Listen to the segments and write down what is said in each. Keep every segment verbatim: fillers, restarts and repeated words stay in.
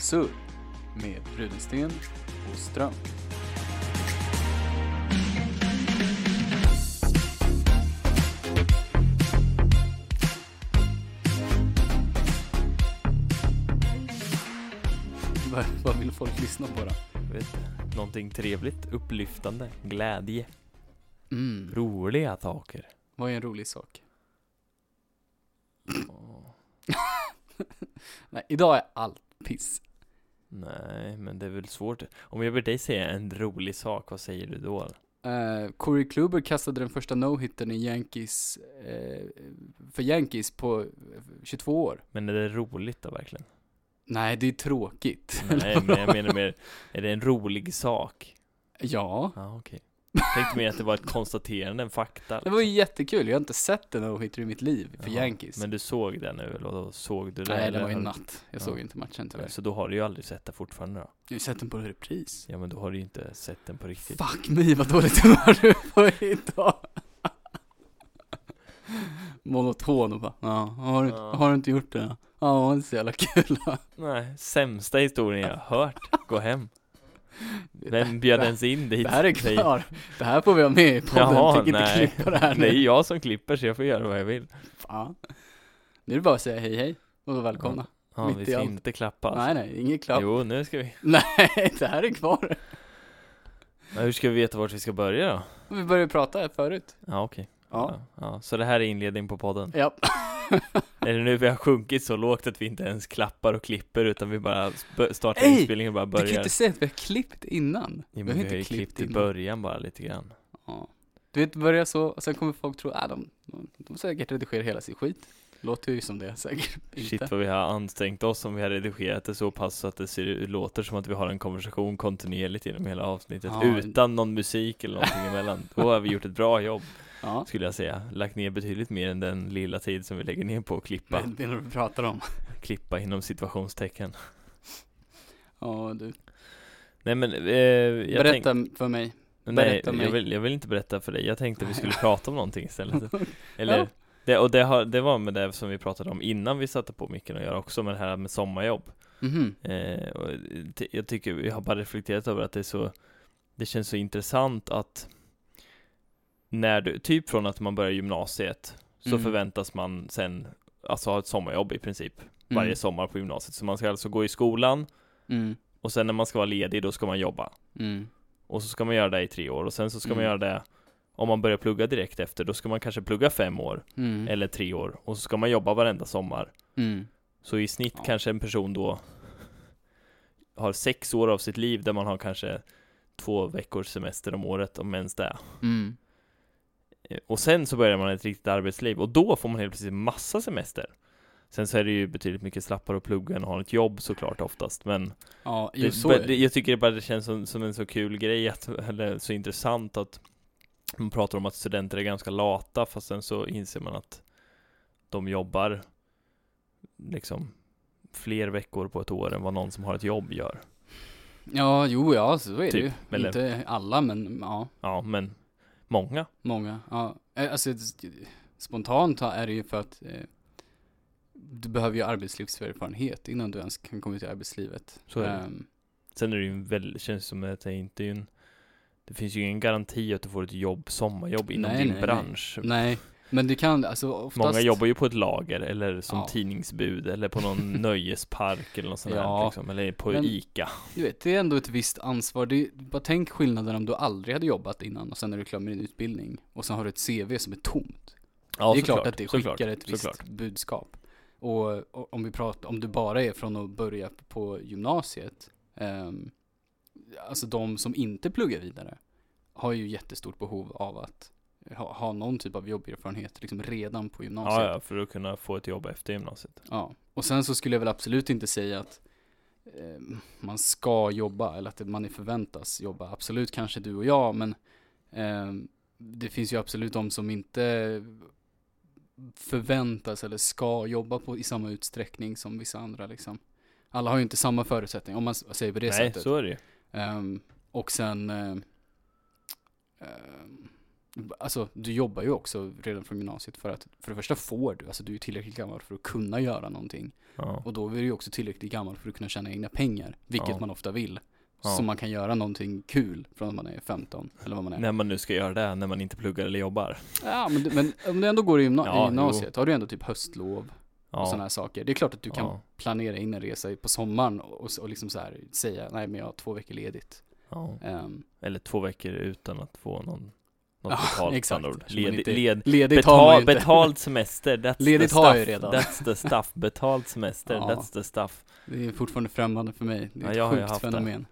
Surr med Rudensten och Ström. Vad, vad vill folk lyssna på då? Jag vet, någonting trevligt, upplyftande, glädje, Mm. roliga saker. Vad är en rolig sak? Åh, Nej, idag är allt piss. nej, men det är väl svårt. Om jag vill dig säga en rolig sak, vad säger du då? Uh, Corey Kluber kastade den första no-hittern i Yankees uh, för Yankees på tjugotvå år. Men är det roligt då verkligen? Nej, det är tråkigt. Nej, men jag menar mer, är det en rolig sak? Ja, Ja, okej. Jag tänkte mer att det var ett konstaterande, en fakta. det var ju jättekul. Jag har inte sett en no-hitter i mitt liv för Jaha, Yankees. Men du såg den nu, eller då såg du det? Nej, det eller var ju har du- natt. Jag Ja. såg inte matchen tyvärr. Så då har du ju aldrig sett det fortfarande då? Jag har ju sett den på repris. Ja, men då har du ju inte sett den på riktigt. Fuck me, vad dåligt humör du på idag. Monoton och bara, ja, har du, Ja. har du inte gjort det? Ja, det är så jävla kul. Nej, sämsta historien jag har hört. Gå hem. Vem bjöd det, ens in dit? det här är Säg- kvar. Det här får vi ha med i podden. Jaha, Tänker inte nej. klippa det här Det är nu. jag som klipper så jag får göra vad jag vill. Fan. Nu är det bara att säga hej hej och välkomna. Ja, Mitt vi i ska allt. inte klappa alltså. Nej, nej, ingen klapp. Jo, nu ska vi. Nej, det här är kvar. Men hur ska vi veta vart vi ska börja då? Vi började prata här förut. Ja, okej. Ja. Ja. Ja, så det här är inledning på podden. Ja. Är det nu vi har sjunkit så lågt att vi inte ens klappar och klipper utan vi bara sp- startar Ey, inspelningen och bara Du kan ju börjar? inte säga att vi har klippt innan. Ja, men vi har ju klippt i innan. början bara lite grann. Ja. Du vet, börja så, och sen kommer folk tro, att äh, de, de, de säkert redigerar hela sin skit. Låter ju som det, säkert inte. Shit vad vi har ansträngt oss om vi har redigerat det så pass så att det ser, låter som att vi har en konversation kontinuerligt genom hela avsnittet. Ja. Utan någon musik eller någonting emellan. Då har vi gjort ett bra jobb, Ja, skulle jag säga. Lagt ner betydligt mer än den lilla tid som vi lägger ner på att klippa. vad är det du pratar om? Klippa inom situationstecken. Ja, du. Nej men, eh, jag Berätta tänk, för mig. nej, berätta mig. jag vill, jag vill inte berätta för dig. Jag tänkte vi skulle prata om någonting istället. Ja. Eller, det, och det, har, det var med det som vi pratade om innan vi satte på micken och göra också med det här med sommarjobb. Mhm. Eh, och t- jag tycker, jag har bara reflekterat över att det är så, det känns så intressant att när du, typ från att man börjar gymnasiet så Mm. förväntas man sen alltså ha ett sommarjobb i princip Mm. varje sommar på gymnasiet. Så man ska alltså gå i skolan Mm. och sen när man ska vara ledig då ska man jobba. Mm. Och så ska man göra det i tre år och sen så ska man Mm. göra det om man börjar plugga direkt efter, då ska man kanske plugga fem år Mm. eller tre år och så ska man jobba varenda sommar. Mm. Så i snitt Ja. kanske en person då har sex år av sitt liv där man har kanske två veckors semester om året, om ens det. Mm. Eh, Och sen så börjar man ett riktigt arbetsliv och då får man helt plötsligt massa semester. Sen så är det ju betydligt mycket slappare att plugga än att ha ett jobb såklart oftast. Men Ja, ju det, så ba- är det, det. jag tycker det bara det känns som, som en så kul grej att, eller så intressant att man pratar om att studenter är ganska lata fast sen så inser man att de jobbar liksom fler veckor på ett år än vad någon som har ett jobb gör. Ja, jo, ja, så är det Typ, ju. eller- Inte alla, men ja, Ja, men många. många. Ja. Eh, Alltså, det- spontant är det ju för att eh, du behöver ju arbetslivserfarenhet innan du ens kan komma ut i arbetslivet. Så är det. Ehm, Sen är det ju väl, känns som att det inte är en, det finns ju ingen garanti att du får ett jobb, sommarjobb inom Nej, din nej, nej. bransch. nej, men du kan, alltså oftast... Många jobbar ju på ett lager eller som Ja. tidningsbud eller på någon nöjespark eller något sånt Ja. där liksom, eller på Men- Ica. Du vet, det är ändå ett visst ansvar. Det är, bara tänk skillnaden om du aldrig hade jobbat innan och sen är du klar med din utbildning och sen har du ett C V som är tomt. Ja, det är såklart, klart att det skickar såklart, ett visst såklart. budskap. Och, och om vi pratar, om du bara är från att börja på gymnasiet, ehm, alltså de som inte pluggar vidare har ju jättestort behov av att ha, ha någon typ av jobberfarenhet liksom redan på gymnasiet. Ja, ja, för att kunna få ett jobb efter gymnasiet. Ja, och sen så skulle jag väl absolut inte säga att eh, man ska jobba eller att man är förväntas jobba. Absolut kanske du och jag, men eh, det finns ju absolut de som inte förväntas eller ska jobba på i samma utsträckning som vissa andra liksom. Alla har ju inte samma förutsättningar om man s- säger på det Nej, sättet. så är det ju. Ehm, och sen eh, ehm, Alltså du jobbar ju också redan från gymnasiet för att för det första får du, alltså du är ju tillräckligt gammal för att kunna göra någonting. Ja. Och då är du ju också tillräckligt gammal för att kunna tjäna egna pengar, vilket Ja. man ofta vill. Ja. Så man kan göra någonting kul från när man är femton eller vad man är. När man nu ska göra det, när man inte pluggar eller jobbar. Ja, men, du- men om du ändå går i, gymna- Ja, i gymnasiet, har du ändå typ höstlov och Ja. sådana här saker. Det är klart att du kan Ja. planera in en resa på sommaren och, och liksom så här säga, nej men jag har två veckor ledigt. Ja. Um, Eller två veckor utan att få någon något Ja, betalt. exakt. med andra ord. Eftersom man Led, inte- led, ledigt har man ju betal, inte. betald semester, that's Ledigt the har jag ju stuff. redan. That's the stuff. Betald semester, Ja. that's the stuff. Det är fortfarande främmande för mig. Det är Ja, ett jag har ju sjukt haft det. fenomen.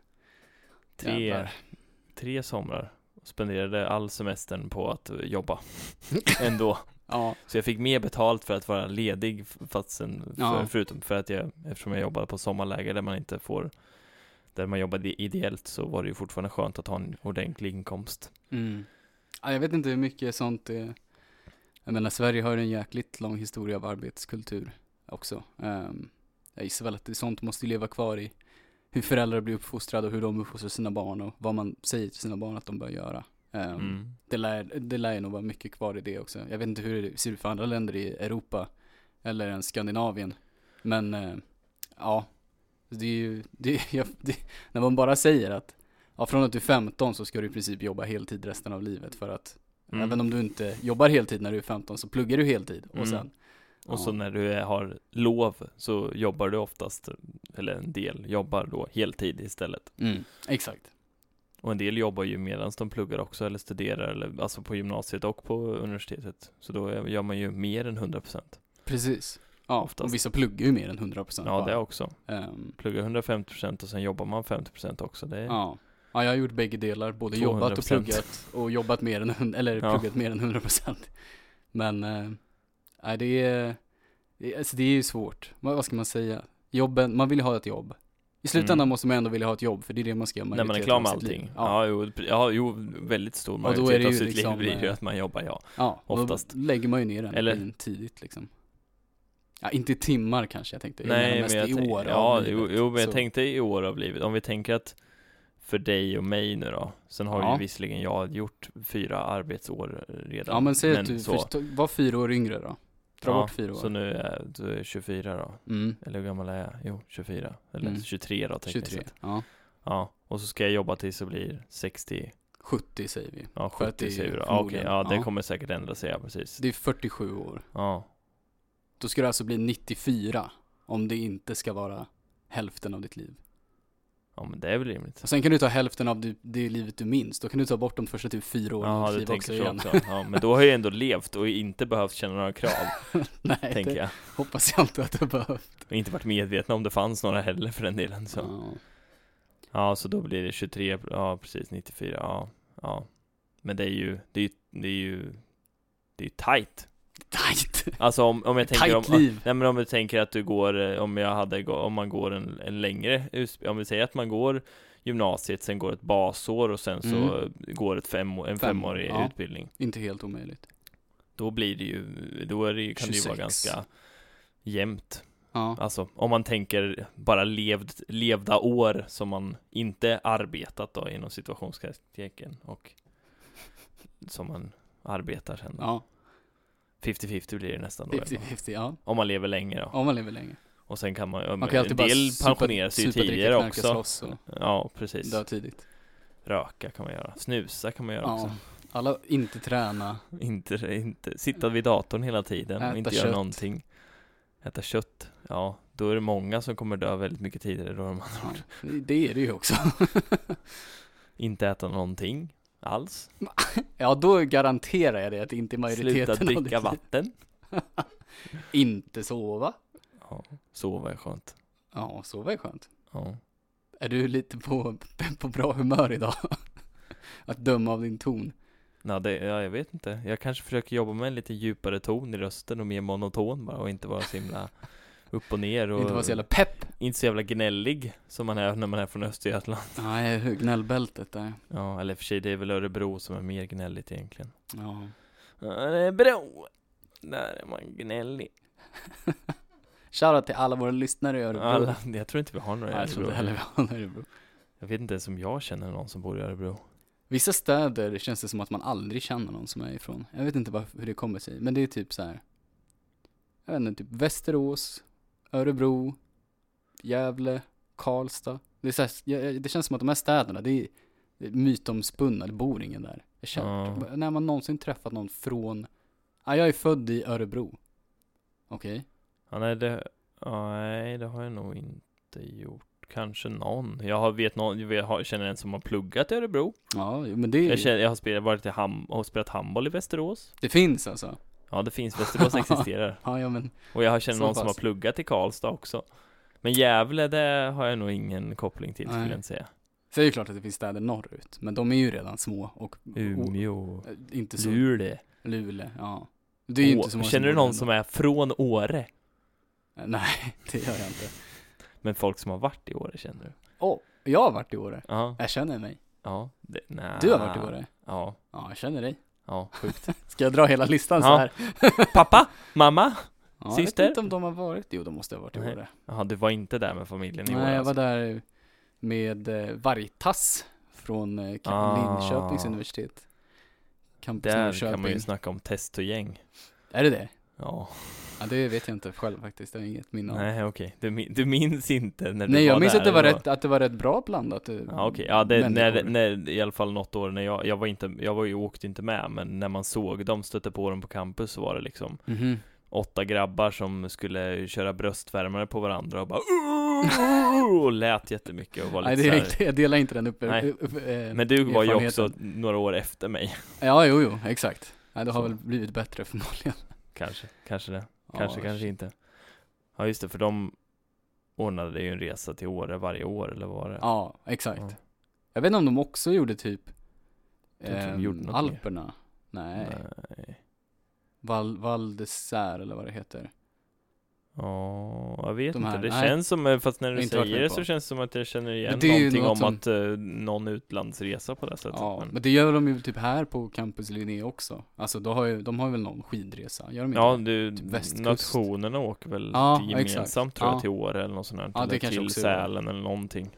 Tre, Jävlar. tre somrar. Spenderade all semestern på att jobba. Ändå. Ja, Så jag fick mer betalt för att vara ledig, fast sen, för, Ja. förutom för att jag, eftersom jag jobbade på sommarläger där man inte får, där man jobbade ideellt, så var det ju fortfarande skönt att ha en ordentlig inkomst. mm. Ja, jag vet inte hur mycket sånt det är. Jag menar, Sverige har ju en jäkligt lång historia av arbetskultur också. Um, jag gissar väl att det, sånt måste ju leva kvar i hur föräldrar blir uppfostrade och hur de uppfostrar sina barn och vad man säger till sina barn att de bör göra. Um, Mm. det, lär, det lär ju nog vara mycket kvar i det också. Jag vet inte hur det ser ut för andra länder i Europa eller ens Skandinavien. Men uh, ja, det är ju, det, jag, det, när man bara säger att ja, från att du är femton så ska du i princip jobba heltid resten av livet för att Mm. även om du inte jobbar heltid när du är femton så pluggar du heltid och Mm. sen Och ja. så när du är, har lov så jobbar du oftast, eller en del jobbar då heltid istället. Mm, exakt. Och en del jobbar ju medan de pluggar också, eller studerar, eller, alltså på gymnasiet och på universitetet. Så då är- gör man ju mer än hundra procent. Precis. Ja, Oftast. och vissa pluggar ju mer än hundra procent. Ja, det också. Um, Pluggar hundrafemtio procent och sen jobbar man femtio procent också. Det är, ja. ja, jag har gjort bägge delar. Både tvåhundra jobbat och procent. pluggat och jobbat mer än, hun- eller Ja. pluggat mer än hundra procent. Men, eh, nej det är, det är, alltså det är ju svårt. Vad, vad ska man säga? Jobben, man vill ju ha ett jobb. I slutändan Mm. måste man ändå vilja ha ett jobb, för det är det man ska göra när man är majoriteten klar av med sitt liv. allting. Ja, Ja, jo, ja, jo, väldigt stor då är det majoritet av ju sitt liksom, liv blir ju eh, att man jobbar, ja. ja och oftast. då lägger man ju ner den Eller- energin tidigt liksom. Ja, inte i timmar kanske jag tänkte. Jag Nej, menar men mest jag i tänk- år ja, av jo, livet. jo, men jag Så- tänkte i år av livet. Om vi tänker att för dig och mig nu då, sen har Ja. ju visserligen jag gjort fyra arbetsår redan. Ja, men säg att du så, först, var fyra år yngre då. Dra ja, bort fyra år. Så nu är du är tjugofyra då. Mm, Eller hur gammal är jag? Jo, tjugofyra. Eller Mm. tjugotre då tekniskt tjugotre. sett. Ja. Ja, och så ska jag jobba tills det blir sextio, sjuttio säger vi. ja För att det sjuttio är säger vi då. Ja, förmodligen- okej, ja det ja. kommer säkert ändra sig, ja precis. Det är fyrtiosju år. Ja, Då ska det alltså bli nittiofyra om det inte ska vara hälften av ditt liv. ja men det är väl rimligt. Och sen kan du ta hälften av det, det livet du minns. Då kan du ta bort de första typ fyra åren Ja, av du ditt liv också tänker så igen. också. Ja, men då har jag ändå levt och inte behövt känna några krav, Nej, tänker det jag. hoppas jag inte att du behöver. Och inte varit medveten om det fanns några heller för den delen. Så. Ja. Ja, så då blir det tjugotre, ja precis, nittiofyra, ja. Ja. Men det är ju, det är ju, det är ju, det är ju tight. Tajt. Alltså om, om jag tänker om, Tajt liv. nej men om du tänker att du går, eh, om jag hade, gå- om man går en, en längre, utb- om vi säger att man går gymnasiet, sen går ett basår och sen så Mm. går ett fem, en Fem, femårig ja. utbildning. Inte helt omöjligt. Då blir det ju, då är det, ju- kan det ju vara tjugosex. ganska jämnt. Ja. Alltså, om man tänker bara levd, levda år som man inte arbetat då, inom situationstecken, och som man arbetar sen då. Ja. femtio femtio blir det nästan då. femtio femtio, ja. Om man lever länge då. Om man lever länge. Och sen kan man, Man kan ju alltid en bara del supa- pensionerar sig ju supa, dricka, tidigare knarka, också. slåss och Ja, precis. dö tidigt. Röka kan man göra. Snusa kan man göra Ja. också. Alla inte träna. Inte, inte sitta vid datorn hela tiden Äta och inte kött. göra någonting. Äta kött. Ja, då är det många som kommer dö väldigt mycket tidigare då. De Ja, det är det ju också. inte äta någonting alls. Ja, då garanterar jag det att det inte är majoriteten Sluta av dricka ditt liv. vatten. Inte sova. Ja, sova är skönt. Ja, sova är skönt. Ja. Är du lite på, på bra humör idag? Att döma av din ton. Ja, det, ja, jag vet inte. Jag kanske försöker jobba med en lite djupare ton i rösten och mer monoton bara, och inte vara så himla upp och ner och Inte vara så jävla pepp. inte så jävla gnällig som man är när man är från Östergötland. Nej, gnällbältet där. Ja, eller för sig det är väl Örebro som är mer gnälligt egentligen. Ja. Örebro, där är man gnällig. Shoutout till alla våra lyssnare i Örebro. Alla, jag tror inte vi har några i Nej, jag tror Örebro. inte heller vi har några i Örebro. Jag vet inte ens om jag känner någon som bor i Örebro. Vissa städer känns det som att man aldrig känner någon som är ifrån. Jag vet inte varför, hur det kommer sig. Men det är typ så här. Jag vet inte, typ Västerås, Örebro, Gävle, Karlstad. Det, är så här, det känns som att de här städerna, det är, det är mytomspunna, det bor ingen där. Jag känner, Ja. när man någonsin träffat någon från... Ja, jag är född i Örebro. Okej. Okay. Ja, nej, det, ja, nej, det har jag nog inte gjort. Kanske någon. Jag har, vet någon, jag vet, har, känner en som har pluggat i Örebro. Ja, men det... Jag, känner, jag har spelat, varit i ham, och spelat handboll i Västerås. Det finns alltså? Ja, det finns. Västerås existerar. Ja, ja, men... Och jag har känt någon pass. som har pluggat i Karlstad också. Men Gävle, det har jag nog ingen koppling till, skulle Nej. jag inte säga. Så är det klart att det finns städer norrut. Men de är ju redan små och... Umeå. Och, inte så... Luleå. Luleå, ja. Det är ju Å, inte så många känner du som bor någon som är från Åre? där. Nej, det gör jag inte. Men folk som har varit i Åre, känner du? Åh, oh, jag har varit i Åre. Ja. Jag känner mig. Ja. Det, nej. Du har varit i Åre. Ja. Ja, jag känner dig. Ja, sjukt. Ska jag dra hela listan Ja. så här? Pappa? Mamma? Ja, Syster? Jag vet inte om de har varit. Jo, de måste ha varit i Nej. Åre. Jaha, du var inte där med familjen i Åre? Nej, jag var alltså. där med eh, Vargtass från eh, Ka- Ah. Linköpings universitet. Campus Där Norrköping. kan man ju snacka om test och gäng. Är det det? Ja. Ja, det vet jag inte själv faktiskt. Det har inget minne av. Nej, okej. Du, min- du minns inte när du Nej, var jag minns där, att det var, eller rätt, att det var rätt bra blandat. eh, Ja, okej. Ja, det, när, människor. när, i alla fall något år när jag, jag var inte, jag var ju åkte inte med, men när man såg dem stötte på dem på campus så var det liksom Mhm. åtta grabbar som skulle köra bröstvärmare på varandra och bara och lät jättemycket och var Nej, lite det är så här. inte, jag delar inte den uppe. Nej. upp, eh, Men du var ju erfarenheten. också några år efter mig. Ja, jo, jo, exakt. Nej, det har Så. väl blivit bättre förmodligen. Kanske, kanske det. Kanske, Ja, kanske inte. Ja, just det, för de ordnade ju en resa till Åre varje år, eller vad var det? Ja, exakt. Ja. Jag vet inte om de också gjorde typ Jag tror de ehm, gjorde något mer. Alperna. Nej. Nej. Val, Val d'Isère eller vad det heter. Ja, jag vet De här- inte. Det nej. känns som, fast när du Inte varit säger med det på. så känns det som att jag känner igen Men det är ju någonting om något som- att uh, någon utlandsresa på det sättet. Ja, men... men det gör de ju typ här på Campus Linné också. Alltså då har ju, de har ju väl någon skidresa. Gör de inte Ja, det? du, Typ västkust. nationerna åker väl Ja, gemensamt exakt. tror jag Ja. till Åre eller något sånt där. Ja, det eller kanske till också gör. Sälen eller någonting.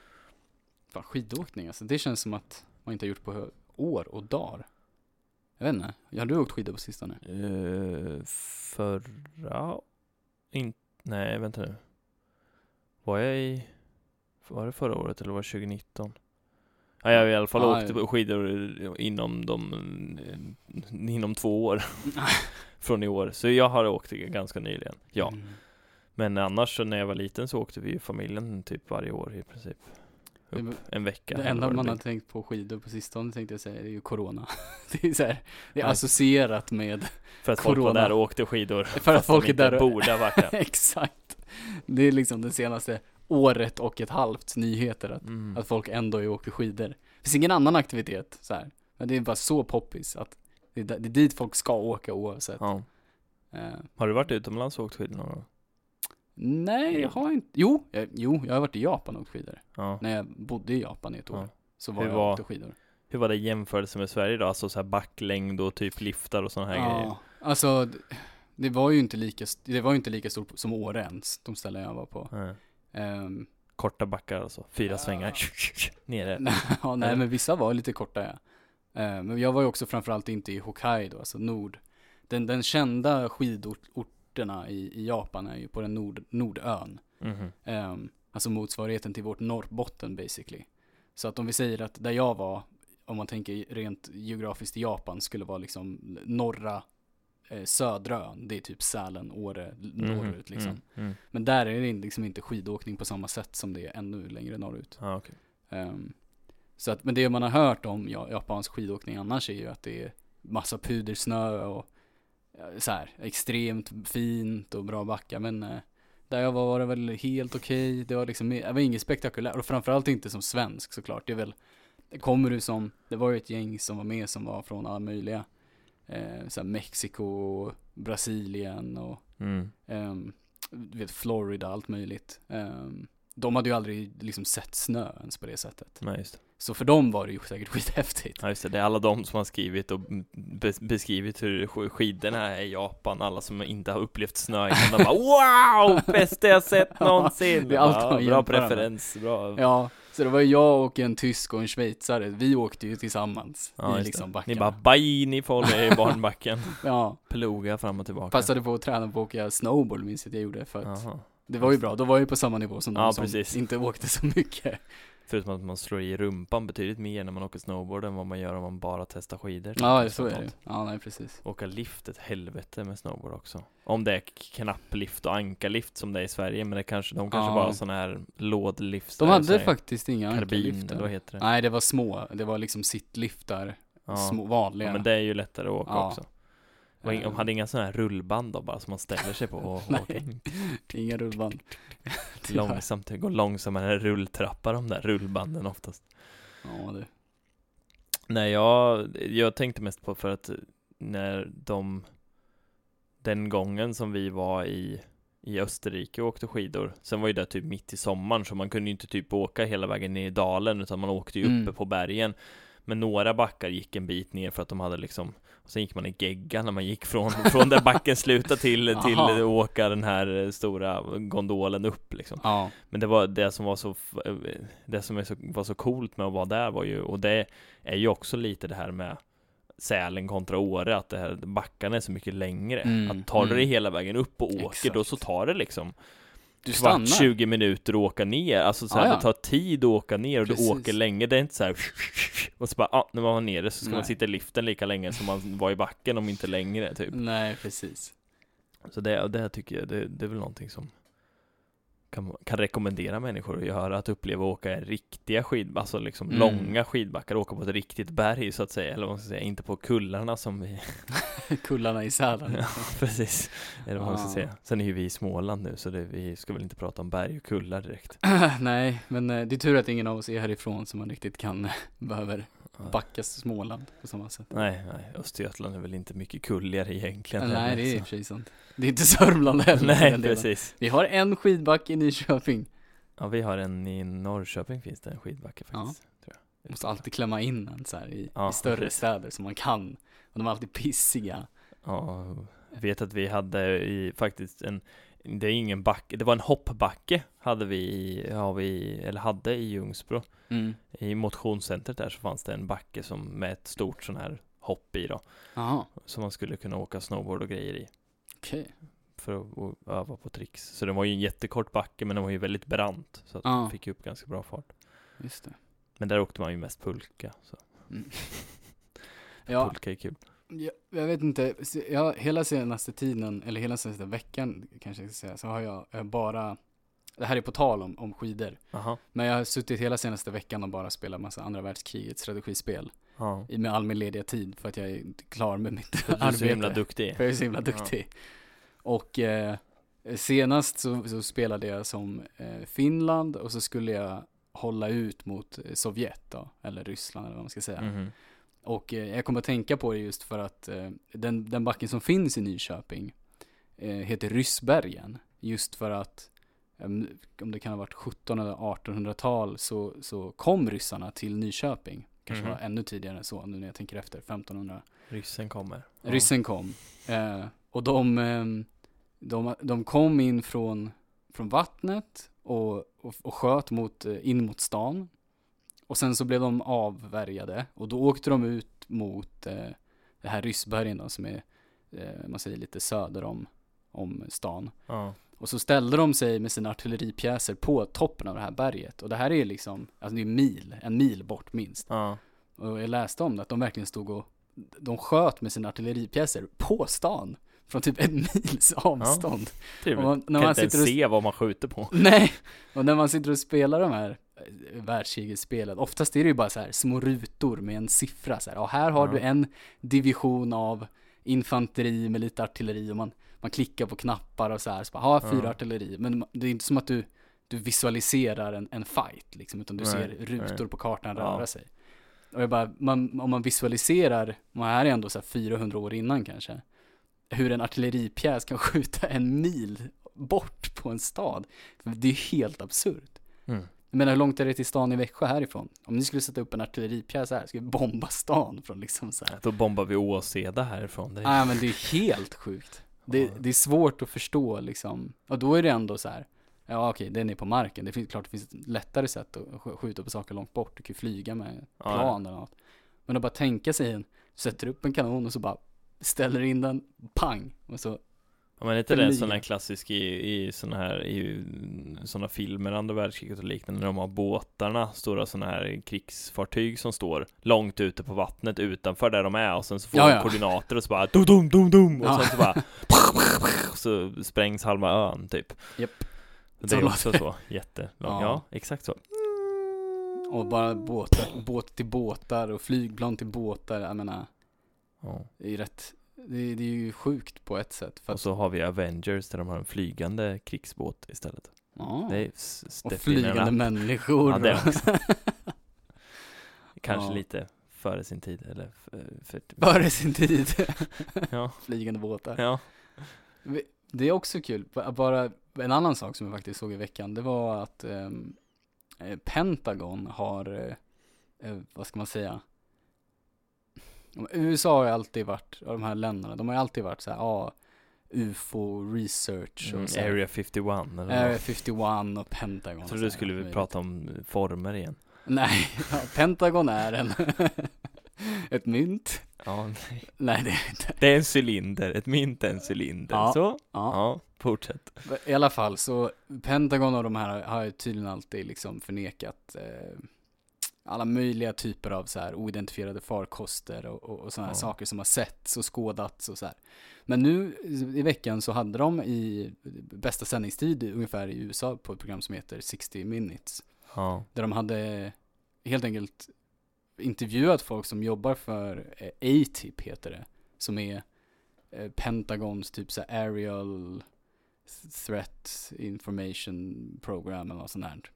Fan, skidåkning alltså. Det känns som att man inte har gjort på hö- år och dagar. Jag vet inte. Har du åkt skidor på sistone? Uh, förra... In... Nej, vänta nu. Var jag i... Var det förra året eller var det tjugonitton? Ja, jag har i alla fall Ja, åkt ja. på skidor inom de... Inom två år. Från i år. Så jag har åkt ganska nyligen. Ja. Mm. Men annars så när jag var liten så åkte vi ju familjen typ varje år i princip. Det, Upp en vecka. det eller enda vad man det har blir. tänkt på skidor på sistone tänkte jag säga, det är ju corona. Det är så här, det är Nej. associerat med För att folk var corona. där och åkte skidor. För att fast de folk är inte där och- borde ha varit där. Exakt. Det är liksom det senaste året och ett halvt nyheter att, Mm. att folk ändå är och åker skidor. Det finns ingen annan aktivitet så här. Men det är bara så poppis att det är, där- det är dit folk ska åka oavsett. Ja. Eh, Har du varit utomlands och åkt skidor någon gång? nej, jag har inte. Jo, jag, jo, jag har varit i Japan och åkt skidor. Ja. När jag bodde i Japan i ett år. Ja. Så var Hur jag och var- åkte skidor. Hur var det jämförelse med Sverige då? Alltså så här backlängd och typ liftar och såna här grejer. Ja, alltså d- det var ju inte lika, st- det var ju inte lika stort som Åre ens, de ställen jag var på. Nej. Ehm, Korta backar alltså. Fyra Ja. svängar. Nere. ja, nej, Eller? men vissa var lite korta, ja. Eh, men jag var ju också framförallt inte i Hokkaido, alltså nord. Den, den kända skidorterna i, i Japan är ju på den nord, nordön. Mhm. Ehm, alltså motsvarigheten till vårt Norrbotten basically. Så att om vi säger att där jag var, om man tänker rent geografiskt i Japan, skulle vara liksom norra eh, södra ön. Det är typ Sälen, Åre, norrut liksom. Mm. Mm. Men där är det liksom inte skidåkning på samma sätt som det är ännu längre norrut. Ja, okej. Ehm, så att, men det man har hört om ja, japansk skidåkning annars är ju att det är massa pudersnö och ja, så här, extremt fint och bra backar. Men eh, där jag var var det väl helt okej. Det var liksom, det var inget spektakulärt. Och framförallt inte som svensk såklart. Det är väl, det kommer du som, det var ju ett gäng som var med som var från alla möjliga. Eh, så här Mexiko, Brasilien och Mm. ehm, du vet, Florida, allt möjligt. Ehm, de hade ju aldrig liksom sett snö ens på det sättet. Nej, just det. Så för dem var det ju säkert skithäftigt. Ja, just det. Det är alla de som har skrivit och be- beskrivit hur sk- skidorna är i Japan. Alla som inte har upplevt snö innan. De bara wow! Bästa jag sett någonsin. det är allt Ja, man bra jämför med. preferens. Bra. Ja, Så det var jag och en tysk och en schweizare. Vi åkte ju tillsammans Ja, i liksom backarna. ni bara, baj, ni får hålla er i barnbacken. Ja. Ploga fram och tillbaka. Passade på att träna på att åka snowboard, minns jag att jag gjorde. För att Aha. det var ju bra, då var jag ju på samma nivå som de Ja, som precis. inte åkte så mycket. Förutom att man slår i rumpan betydligt mer när man åker snowboard än vad man gör om man bara testar skidor. Ja, så är det. Ja, nej, precis. Åka lift, ett helvete med snowboard också. Om det är knapplift och ankarlift som det är i Sverige, men det kanske, de kanske Ja. bara har såna här lådlift. De hade faktiskt inga karbin, eller ankarliftar. vad heter det? Nej, det var små. Det var liksom sittliftar. Ja. Små, vanliga. Ja, men det är ju lättare att åka Ja. också. Och de hade inga sådana här rullband då, bara som man ställer sig på och Nej. åker. Inga rullband. Långsamt, det går långsammare rulltrappa de där rullbanden oftast. Ja, det. Nej, jag, jag tänkte mest på för att när de den gången som vi var i i Österrike och åkte skidor, sen var ju det typ mitt i sommaren, så man kunde ju inte typ åka hela vägen ner i dalen, utan man åkte ju uppe Mm. på bergen. Men några backar gick en bit ner för att de hade liksom, och sen gick man i gegga när man gick från, från där backen slutade till, till Aha. att åka den här stora gondolen upp liksom. Ja, Men det var det som var så det som är så, var så coolt med att vara där var ju, och det är ju också lite det här med Sälen kontra Åre, att det här backarna är så mycket längre. Mm, Att tar du mm. det hela vägen upp och åker, Exakt. då så tar det liksom du kvart, stannar. tjugo minuter att åka ner. Alltså så här, Ja, ja. det tar tid att åka ner och Precis. du åker länge. Det är inte så här och så bara, ah, när man var nere så ska Nej. man sitta i liften lika länge som man var i backen, om inte längre typ. Nej, precis. Så det, och det här tycker jag, det, det är väl någonting som kan, kan rekommendera människor att göra, att uppleva att åka riktiga skid, alltså liksom Mm. långa skidbackar, åka på ett riktigt berg så att säga, eller vad man ska säga, inte på kullarna som vi, Kullarna i Sälen. ja, precis, eller vad man ska Ja. säga. Sen är ju vi i Småland nu, så det, vi ska väl inte prata om berg och kullar direkt. Nej, men eh, det är tur att ingen av oss är härifrån som man riktigt kan eh, behöver Ja. backa Småland på samma sätt. Nej, nej, Östergötland är väl inte mycket kulligare egentligen. Nej, heller, det är i så. och för sig sant. Det är inte Sörmland heller. för Nej, den delen. precis. Vi har en skidback i Nyköping. Ja, vi har en i Norrköping, finns det en skidbacke faktiskt. Tror jag. Måste alltid klämma in en så här i, Ja, i större precis. städer som man kan. Och de är alltid pissiga. Ja, jag vet att vi hade i, faktiskt en, det är ingen backe, det var en hoppbacke hade vi, i- ja, vi eller hade i Ljungsbro. Mm. I motionscentret där så fanns det en backe som med ett stort sån här hopp i då, Jaha, som man skulle kunna åka snowboard och grejer i okej. för att, att öva på tricks. Så det var ju en jättekort backe, men den var ju väldigt brant, så att Ja. man fick ju upp ganska bra fart. Just det. Men där åkte man ju mest pulka, så Mm. Ja, pulka är kul. jag, jag vet inte. Se- Jag, hela senaste tiden, eller hela senaste veckan kanske jag ska säga, så har jag eh, bara, det här är på tal om, om skidor, Aha. men jag har suttit hela senaste veckan och bara spelat massa andra världskrigets strategispel Ja. i med all min lediga tid för att jag är inte klar med mitt Du är arbete. så himla duktig. För jag är så himla duktig. Och eh, senast så, så spelade jag som eh, Finland och så skulle jag hålla ut mot eh, Sovjet då, eller Ryssland eller vad man ska säga. Mhm. Och eh, jag kommer att tänka på det just för att eh, den, den backen som finns i Nyköping eh, heter Ryssbergen. Just för att eh, om det kan ha varit sjuttonhundra- eller artonhundratal så, så kom ryssarna till Nyköping. Kanske Mhm. var ännu tidigare än så nu när jag tänker efter, femtonhundra. Ryssen kommer. Ja. Ryssen kom. Eh, och de, eh, de, de kom in från, från vattnet och, och, och sköt mot, eh, in mot stan. Och sen så blev de avvärjade. Och då åkte de ut mot eh, det här Ryssbergen då, som är, eh, man säger lite söder om, om stan. Ja. Och så ställde de sig med sina artilleripjäser på toppen av det här berget. Och det här är liksom, alltså det är mil, en mil bort minst. Ja. Och jag läste om det, att de verkligen stod och de sköt med sina artilleripjäser på stan från typ en mils avstånd. Trevligt. Och man- när kan man inte ens sitter och- se vad man skjuter på. Nej, och när man sitter och spelar de här eh, världskrigsspelen, oftast är det ju bara så här små rutor med en siffra så här. Och här har Ja. du en division av infanteri med lite artilleri och man, man klickar på knappar och så här, så bara, ha fyra Ja. artilleri. Men det är inte som att du, du visualiserar en, en fight liksom, utan du Nej, ser rutor nej. på kartan Ja. röra sig. Och jag bara, man, om man visualiserar, man här är ändå så här fyrahundra år innan kanske, hur en artilleripjäs kan skjuta en mil bort på en stad. Det är ju helt absurt. Mm. Jag menar, hur långt är det till stan i Växjö härifrån? Om ni skulle sätta upp en artilleripjäs här, skulle vi bomba stan från liksom så här. Då bombar vi Åseda härifrån. Det är... Nej, men det är helt sjukt. Det, Ja. det är svårt att förstå liksom. Och då är det ändå så här, Ja okej, den är på marken. Det finns klart det finns ett lättare sätt att sk- skjuta på saker långt bort. Du kan ju flyga med Ja, plan eller något. Men att bara tänka sig en, sätter upp en kanon och så bara ställer in den, pang! Och så, Ja, men är inte det en Flyga. sån här klassisk i, i såna här i såna filmer, andra världskriget och liknande, när de har båtarna, stora såna här krigsfartyg som står långt ute på vattnet utanför där de är, och sen så får Ja, de ja. koordinater och så bara dum dum dum dum och Ja. sen så bara så sprängs halva ön typ. Japp. Det Så är låter också det. så jättelångt. Ja. Ja, exakt så. och bara båtar, båt till båtar och flygplan till båtar. Jag menar, Ja. det är ju rätt, det, det är ju sjukt på ett sätt. För Och att, så har vi Avengers där de har en flygande krigsbåt istället. ja. Det är s- Och step in flygande and up. människor. Ja, det också. Kanske Ja. lite före sin tid eller för, för Före sin tid. ja, Flygande båtar. ja. Det är också kul. B- Bara en annan sak som jag faktiskt såg i veckan, det var att ehm, eh, Pentagon har, eh, eh, vad ska man säga? U S A har ju alltid varit, av de här länderna, de har ju alltid varit så här, ja, U F O research och Mm, så här, Area femtioett eller Area vad? femtioett och Pentagon. Jag så trodde här, du skulle möjligt. prata om former igen. Nej, ja, Pentagon är en ett mynt. Ja, nej. Nej, det är inte. Det är en cylinder, ett mynt är en cylinder. Ja. Så, Ja. ja, fortsätt. I alla fall så Pentagon och de här har ju tydligen alltid liksom förnekat eh, alla möjliga typer av så här oidentifierade farkoster och, och, och sådana här Ja. saker som har setts och skådats och så här. Men nu i veckan så hade de i bästa sändningstid ungefär i U S A på ett program som heter sextio minutes. Ja, Där de hade helt enkelt intervjuat folk som jobbar för eh, A T I P heter det. Som är eh, Pentagons typ så här aerial threat information program eller något sånt här.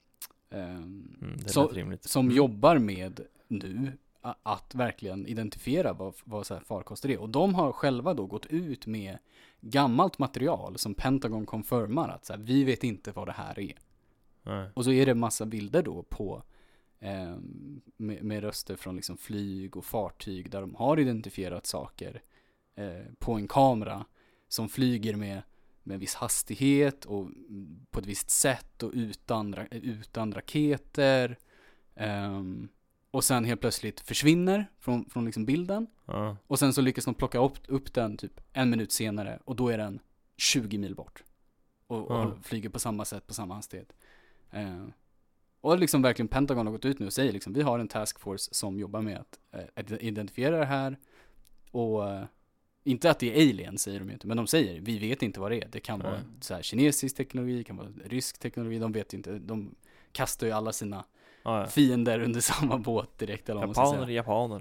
Um, mm, det så, lät rimligt. som Mm. jobbar med nu a- att verkligen identifiera vad, vad så här farkoster är. Och de har själva då gått ut med gammalt material som Pentagon confirmar att så här, vi vet inte vad det här är. Nej. Och så är det massa bilder då på eh, med, med röster från liksom flyg och fartyg där de har identifierat saker eh, på en kamera som flyger med, med en viss hastighet och mm, på ett visst sätt och utan, ra- utan raketer. Ehm, och sen helt plötsligt försvinner från, från liksom bilden. Ja. Och sen så lyckas de plocka upp, upp den typ en minut senare och då är den tjugo mil bort. Och, och Ja. flyger på samma sätt, på samma hastighet. Eh, och liksom verkligen Pentagon har gått ut nu och säger liksom, vi har en taskforce som jobbar med att eh, identifiera det här. Och eh, inte att det är aliens säger de ju inte, men de säger, vi vet inte vad det är. Det kan vara Nej. så här, kinesisk teknologi, det kan vara rysk teknologi, de vet inte. De kastar ju alla sina Ja, ja. fiender under samma båt direkt. Eller vad man ska säga. Japaner, japaner.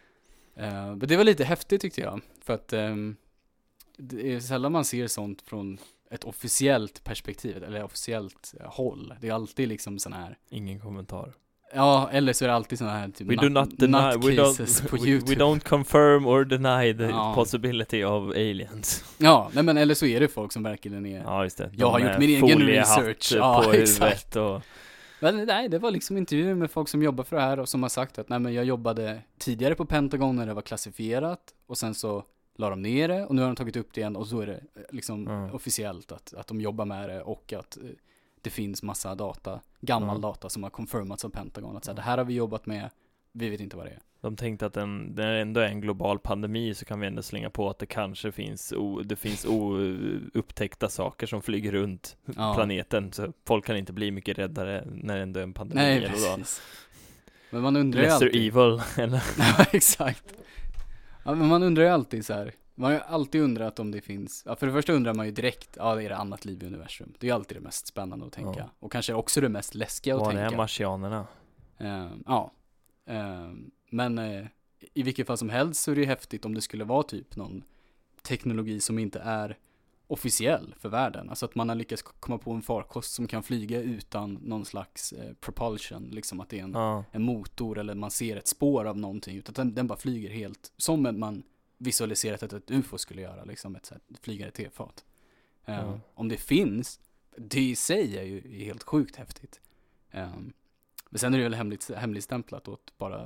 Eh, men det var lite häftigt tyckte jag. För att ehm, det är sällan man ser sånt från ett officiellt perspektiv. Eller officiellt eh, håll. Det är alltid liksom sån här. Ingen kommentar. Ja, eller så är det alltid såna här typ We nut- do not deny, we nutcases don't, på we, YouTube. we don't confirm or deny the Ja. possibility of aliens. Ja, nej men eller så är det folk som verkligen är. Ja, just det. Jag har De gjort med min egen foliehatt research. Ja, på exakt. huvudet och Men nej, det var liksom intervjuer med folk som jobbar för det här och som har sagt att nej men jag jobbade tidigare på Pentagon när det var klassifierat och sen så la de ner det och nu har de tagit upp det igen och så är det eh, liksom Mm. officiellt att, att de jobbar med det och att eh, det finns massa data, gammal Mm. data som har confirmats av Pentagon att så här, det här har vi jobbat med, vi vet inte vad det är. de tänkte att den, när det ändå är en global pandemi så kan vi ändå slänga på att det kanske finns o, det finns oupptäckta saker som flyger runt Ja. planeten, så folk kan inte bli mycket räddare när det ändå är en pandemi. Nej, eller vad. precis. Men man undrar ju Lesser alltid. evil, eller? Ja, exakt. Ja, men man undrar ju alltid så här. Man har ju alltid undrat om det finns. Ja, för det första undrar man ju direkt. Ja, det är det annat liv i universum. Det är ju alltid det mest spännande att tänka. Ja. Och kanske också det mest läskiga att Vad tänka. är marsianerna? Ehm, ja. Ehm, men eh, i vilket fall som helst så är det ju häftigt om det skulle vara typ någon teknologi som inte är officiell för världen. Alltså att man har lyckats k- komma på en farkost som kan flyga utan någon slags eh, propulsion. Liksom att det är en Ja, en motor eller man ser ett spår av någonting utan den, den bara flyger helt som man visualiserat att ett U F O skulle göra, liksom ett, så här, flygande tefat. Um, Ja. Om det finns, det i sig är ju helt sjukt häftigt. Um, men sen är det väl hemligt, hemligstämplat åt bara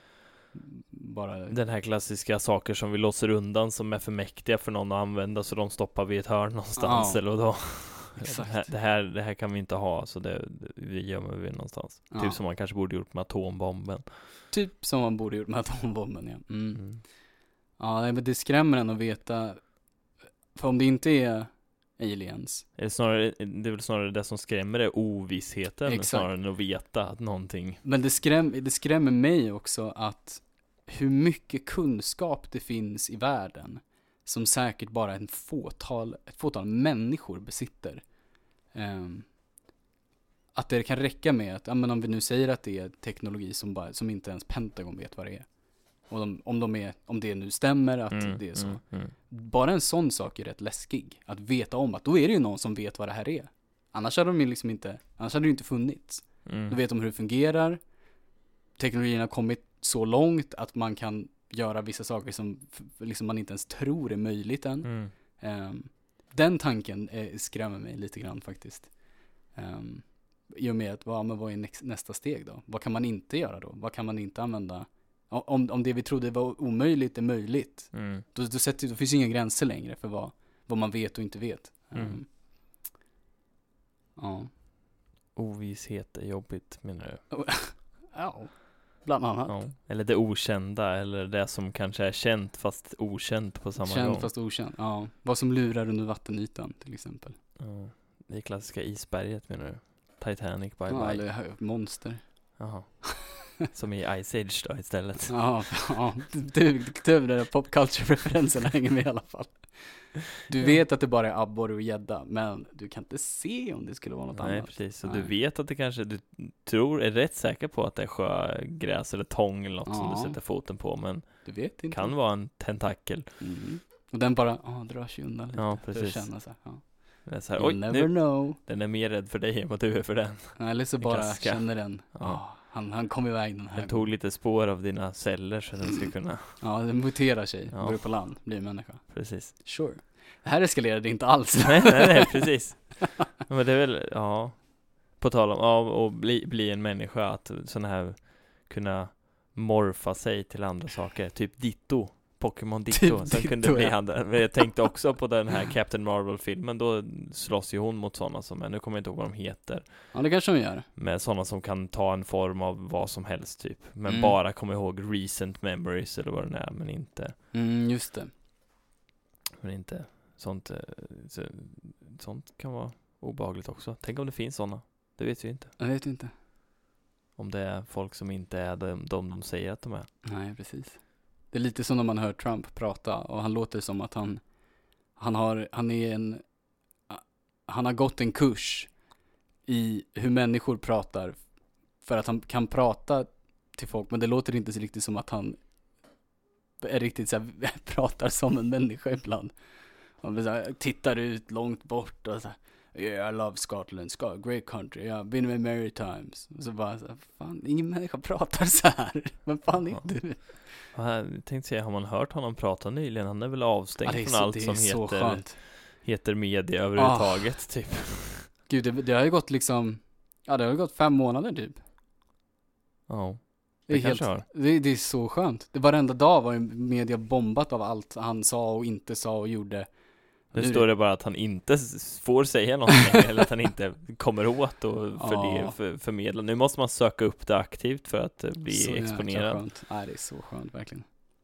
bara den här klassiska saker som vi låser undan som är för mäktiga för någon att använda, så de stoppar vid ett hörn någonstans Ja. eller då. Exakt. Det här, det här, det här kan vi inte ha, så det, det, vi gömmer vi någonstans. Ja. Typ som man kanske borde gjort med atombomben. Typ som man borde gjort med atombomben, ja. Mm. Mm. Ja, nej, men det skrämmer en att veta. För om det inte är aliens. Eller snarare, det är väl snarare det som skrämmer är ovissheten. Exakt. Snarare än att veta att någonting. Men det, skräm, det skrämmer mig också att hur mycket kunskap det finns i världen som säkert bara en fåtal, ett fåtal människor besitter. Um, att det kan räcka med att, ja, men om vi nu säger att det är teknologi som, bara, som inte ens Pentagon vet vad det är. Och de, om, de är, om det nu stämmer att Mm, det är så. mm, mm. Bara en sån sak är rätt läskig. Att veta om att då är det ju någon som vet vad det här är. Annars hade de ju liksom inte, annars hade det ju inte funnits. Mm. Då vet de hur det fungerar. Teknologin har kommit så långt att man kan göra vissa saker som liksom man inte ens tror är möjligt än. Mm. Um, den tanken eh, skrämmer mig lite grann faktiskt. Um, I och med att, vad, men vad är nästa, nästa steg då? Vad kan man inte göra då? Vad kan man inte använda? Om, om det vi trodde var omöjligt är möjligt, Mm. då, då, sätter, då finns inga gränser längre för vad, vad man vet och inte vet. Um, Mm. Ja. Ovisshet är jobbigt, menar du? Ja, bland annat. Ja. Eller det okända, eller det som kanske är känt fast okänt på samma Känd gång. fast okänd. Ja. Vad som lurar under vattenytan till exempel. Ja. Det är klassiska isberget, menar du? Titanic, bye Ja, bye. eller hö- monster. Jaha. Som i Ice Age då istället. Ja, ja. Du, du, den pop culture-referenserna hänger med i alla fall. Du vet att det bara är abborre och gädda, men du kan inte se om det skulle vara något Nej, annat. precis. Så Nej. du vet att det kanske, du tror, är rätt säker på att det är sjögräs eller tång eller något som Ja. du sätter foten på, men Du vet inte. kan vara en tentakel. Mm. Och den bara, ja, drar sig undan lite. Ja, För att precis. känna så här, ja. Det är så här, You'll oj, never nu, know. den är mer rädd för dig än vad du är för den. Eller så Det bara klassiska. känner den, Ja. ja. han, han kom iväg den här Den tog lite spår av dina celler så att den ska kunna, Ja, den muterar sig, Ja. går upp på land, blir en människa. precis. Sure. Det här eskalerade inte alls. nej, nej, nej, precis. Men det är väl, ja, på tal om, ja, och bli, bli en människa, att sån här kunna morfa sig till andra saker, typ Ditto, Pokémon Ditto, Typ som Ditto, kunde bli ja. han där. Men jag tänkte också på den här Captain Marvel-filmen, då slåss ju hon mot sådana som, nu kommer jag inte ihåg vad de heter, Ja, det kanske de gör. med sådana som kan ta en form av vad som helst typ, men Mm. bara komma ihåg recent memories eller vad det är, men inte, Mm, just det. men inte sånt, eh, så, sånt kan vara obehagligt också. Tänk om det finns sådana, det vet vi inte. Jag vet inte. Om det är folk som inte är de, de de säger att de är. Nej, precis. Det är lite som när man hör Trump prata och han låter som att han han har, han är en han har gått en kurs i hur människor pratar för att han kan prata till folk, men det låter inte så riktigt som att han är riktigt så här, pratar som en människa ibland. Han så här, tittar ut långt bort och så här, yeah, I love Scotland, Scotland, great country, yeah, been with many times. Och så bara så här, fan, ingen människa pratar så här. Men fan är du? Ja, jag tänkte säga, har man hört honom prata nyligen? Han är väl avstängd Ja, det är från så- allt det är som så heter, skönt. heter media överhuvudtaget, typ. Gud, det, det har ju gått liksom, ja, det har ju gått fem månader typ. Ja, Det det är, helt, kanske har. det, det är så skönt. Det varenda dag var ju media bombat av allt han sa och inte sa och gjorde. Nu Nu- står det bara att han inte s- får säga någonting eller att han inte kommer åt och för Ja. det, för, förmedla. Nu måste man söka upp det aktivt för att eh, bli Så jäkla exponerad. skönt. Nej, det är så skönt verkligen.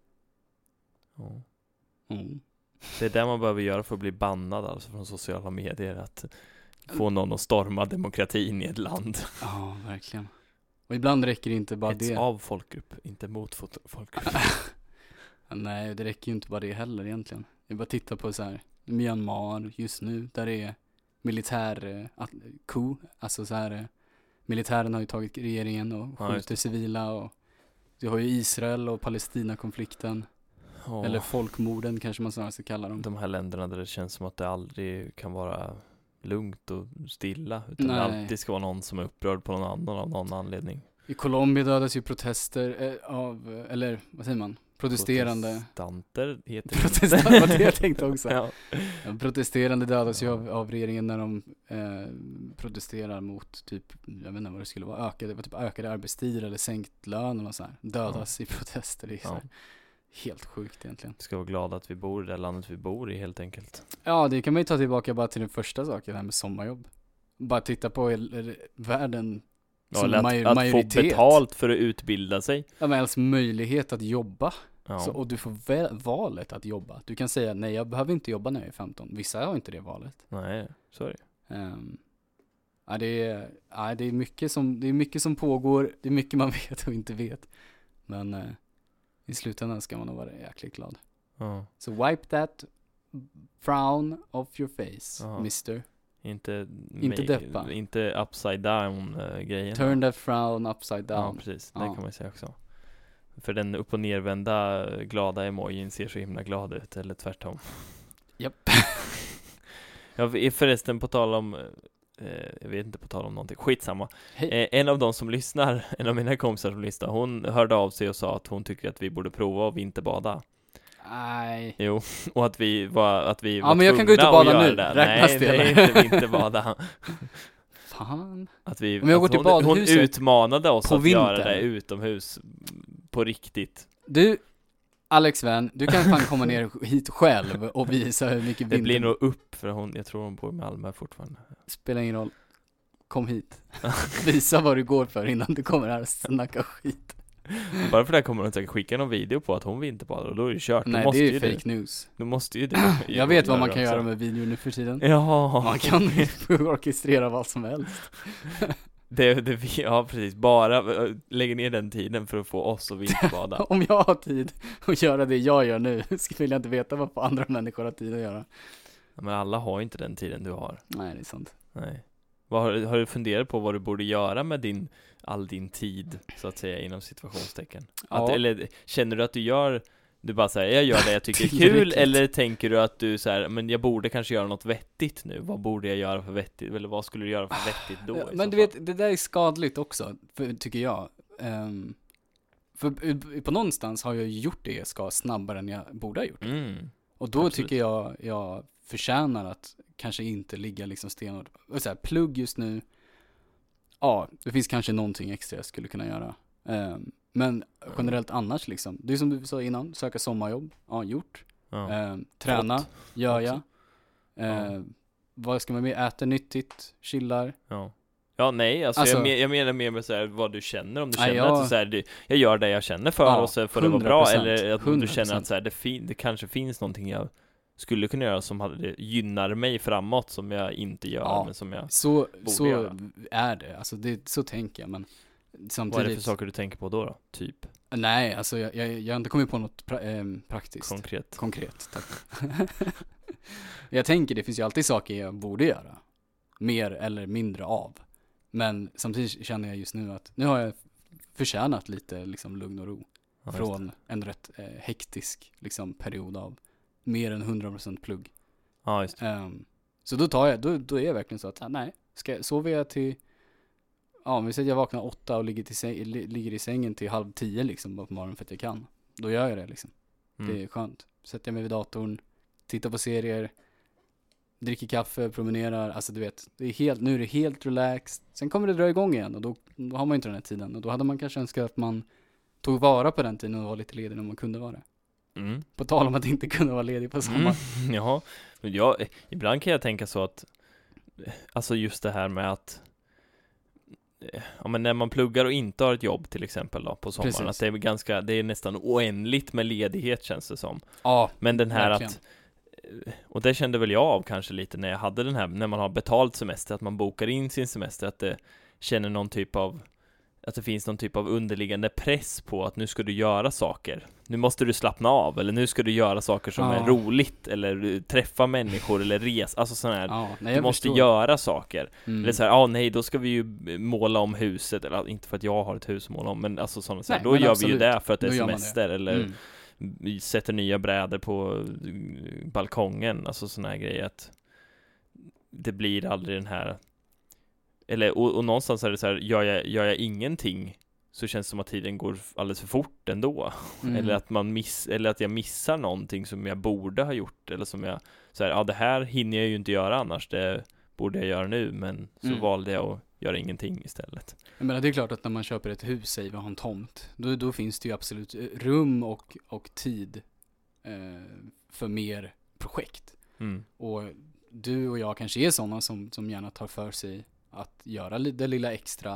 Ja. Mm. Det är det man behöver göra för att bli bannad alltså från sociala medier, att få någon att storma demokratin i ett land. Ja, verkligen. Och ibland räcker det inte bara Hets det. av folkgrupp, inte mot fot- folkgrupp. Nej, det räcker ju inte bara det heller egentligen. Jag bara tittar på så här Myanmar just nu, där det är militär eh, att- coup, alltså så här eh, militären har ju tagit regeringen och Ja, just skjuter civila, och du har ju Israel och Palestina-konflikten, Ja. eller folkmorden kanske man snarare ska kalla dem. De här länderna där det känns som att det aldrig kan vara lugnt och stilla, utan det Nej. alltid ska vara någon som är upprörd på någon annan av någon anledning. I Colombia dödas ju protester eh, av, eller vad säger man? Protesterande. Protestanter heter det. Protesterande var det jag tänkte också. Ja. Ja, protesterande dödas ju Ja. av, av regeringen när de eh, protesterar mot typ, jag vet inte vad det skulle vara, ökade, det var typ ökade arbetstider eller sänkt lön eller så här. Dödas i protester. Det är så Ja. här helt sjukt egentligen. Vi ska vara glada att vi bor i det landet vi bor i helt enkelt. Ja, det kan man ju ta tillbaka bara till den första saken här med sommarjobb. Bara titta på el- världen Ja, som eller att, major- att få majoritet. betalt för att utbilda sig. Ja, men alltså möjlighet att jobba. Ja. Så, och du får väl, valet att jobba. Du kan säga, nej jag behöver inte jobba när jag är femton. Vissa har inte det valet. Nej, så är det. Um, ja, det är, ja, det är mycket som, det är mycket som pågår. Det är mycket man vet och inte vet. Men uh, i slutändan ska man nog vara jäkligt glad. Ja. Så wipe that frown off your face, Ja. mister. Inte, Inte ma- deppa. Inte upside down uh, grejen. Turn that frown upside Ja, down. precis. Det Ja. kan man ju säga också. För den upp och nervända glada emojin ser så himla glad ut, eller tvärtom. Japp. Jag är förresten på tal om, eh, jag vet inte på tal om någonting, skitsamma. Hej. Eh, en av de som lyssnar, en av mina kompisar som lyssnar, hon hörde av sig och sa att hon tycker att vi borde prova att vinterbada. Nej. Jo, och att vi var, att vi Ja, var men jag kan gå ut och tvungna att bada göra nu. det. Räknas Nej, det, det är eller? inte vinterbada. Fan. Att vi, Om jag går att till hon, hon badhuset utmanade oss på att göra vintern. det utomhus på riktigt. Du, Alex vän, du kan fan komma ner hit själv och visa hur mycket Det vinter... blir nog upp, för hon, jag tror hon bor i Malmö fortfarande. Spelar ingen roll. Kom hit. Visa vad du går för innan du kommer här och snackar skit. Bara för det kommer hon säkert skicka någon video på att hon vinterbadar, och då är det kört. Då Nej, måste det är ju ju du- fake news. Då måste ju det. Jag vet vad man kan också. göra med video nu för tiden. Ja, Man kan ju orkestrera vad som helst. det, det, ja precis. Bara äh, lägga ner den tiden för att få oss att vinterbada. Om jag har tid att göra det jag gör nu, så vill jag inte veta vad andra människor har tid att göra. Men alla har ju inte den tiden du har. Nej, det är sant. Nej. Vad har, har du funderat på vad du borde göra med din, all din tid, så att säga, inom situationstecken? Att, Ja. Eller känner du att du gör, du bara säger jag gör det jag tycker är kul, Tillräckligt. eller tänker du att du så här, men jag borde kanske göra något vettigt nu? Vad borde jag göra för vettigt? Eller vad skulle du göra för vettigt då? Ja, i men så du fall? vet, det där är skadligt också, för, tycker jag. Um, för på någonstans har jag gjort det jag ska snabbare än jag borde ha gjort. Mm. Och då Absolut. tycker jag jag förtjänar att kanske inte ligga liksom stenhårt. Och så här, plugg just nu. Ja, det finns kanske någonting extra jag skulle kunna göra. Um, men generellt annars liksom. Det är som du sa innan, söka sommarjobb. Ja, gjort. Ja. Um, träna, Fått gör jag. också. Uh, vad ska man med? Äta nyttigt, chillar. Ja. Ja, nej, alltså, Alltså- jag, men, jag menar mer med så här, vad du känner, om du Nej, känner jag- att du, så här, du, jag gör det jag känner för, Ja, och så får det vara hundra bra, procent, eller att om du hundra känner procent. att så här, det, fin- det kanske finns någonting jag skulle kunna göra som hade, det gynnar mig framåt, som jag inte gör, Ja. men som jag, Så, Borde så göra. är det. Alltså det, så tänker jag. Men vad är det samtidigt. för saker du tänker på då, då? Typ, Nej, alltså jag, jag, jag har inte kommit på något pra, ehm, praktiskt. konkret. Konkret, tack. Jag tänker, det finns ju alltid saker jag borde göra. Mer eller mindre av. Men samtidigt känner jag just nu att nu har jag förtjänat lite liksom lugn och ro. Ja, just från en rätt eh, hektisk liksom, period av mer än hundra procent plugg. Ja, just det. Ehm, så då tar jag, då, då är jag verkligen så att, ah, nej, ska, sover jag till, ja om vi säger att jag vaknar åtta och ligger, till säng, li, ligger i sängen till halv tio liksom bara på morgonen för att jag kan. Då gör jag det liksom. Mm. Det är skönt. Sätter jag mig vid datorn, tittar på serier, dricker kaffe, promenerar, alltså du vet, det är helt, nu är det helt relaxed. Sen kommer det dra igång igen och då, då har man inte den här tiden. Och då hade man kanske önskat att man tog vara på den tiden och var lite ledig när man kunde vara det. Mm. På tal om att inte kunna vara ledig på sommaren. Mm, ja, men jag, ibland kan jag tänka så att, alltså just det här med att, ja, men när man pluggar och inte har ett jobb till exempel då, på sommaren, Precis. att det är ganska, det är nästan oändligt med ledighet, känns det som. Ja, Men den här verkligen. att, och det kände väl jag av kanske lite när jag hade den här, när man har betalt semester, att man bokar in sin semester, att det känner någon typ av, att det finns någon typ av underliggande press på att nu ska du göra saker. Nu måste du slappna av, eller nu ska du göra saker som Ja. är roligt, eller träffa människor, eller resa, alltså sådana här, ja, nej, du jag måste förstår. göra saker. Mm. Eller så här, ja ah, nej, då ska vi ju måla om huset, eller inte för att jag har ett hus att måla om, men alltså sådana så här, Nej, då men gör absolut. vi ju det för att det är Då gör man det. semester, eller Mm. vi sätter nya brädor på eh, balkongen, alltså såna här grejer, att det blir aldrig den här, eller och, och någonstans är det så här, gör jag, gör jag ingenting så känns det som att tiden går alldeles för fort ändå. Mm. Eller att man miss, eller att jag missar någonting som jag borde ha gjort, eller som jag så här, ja det här hinner jag ju inte göra annars, det borde jag göra nu, men så Mm. valde jag att göra ingenting istället. Jag menar, det är klart att när man köper ett hus, säger vi har en tomt, då, då finns det ju absolut rum och, och tid eh, för mer projekt. Mm. Och du och jag kanske är sådana som, som gärna tar för sig att göra det lilla extra,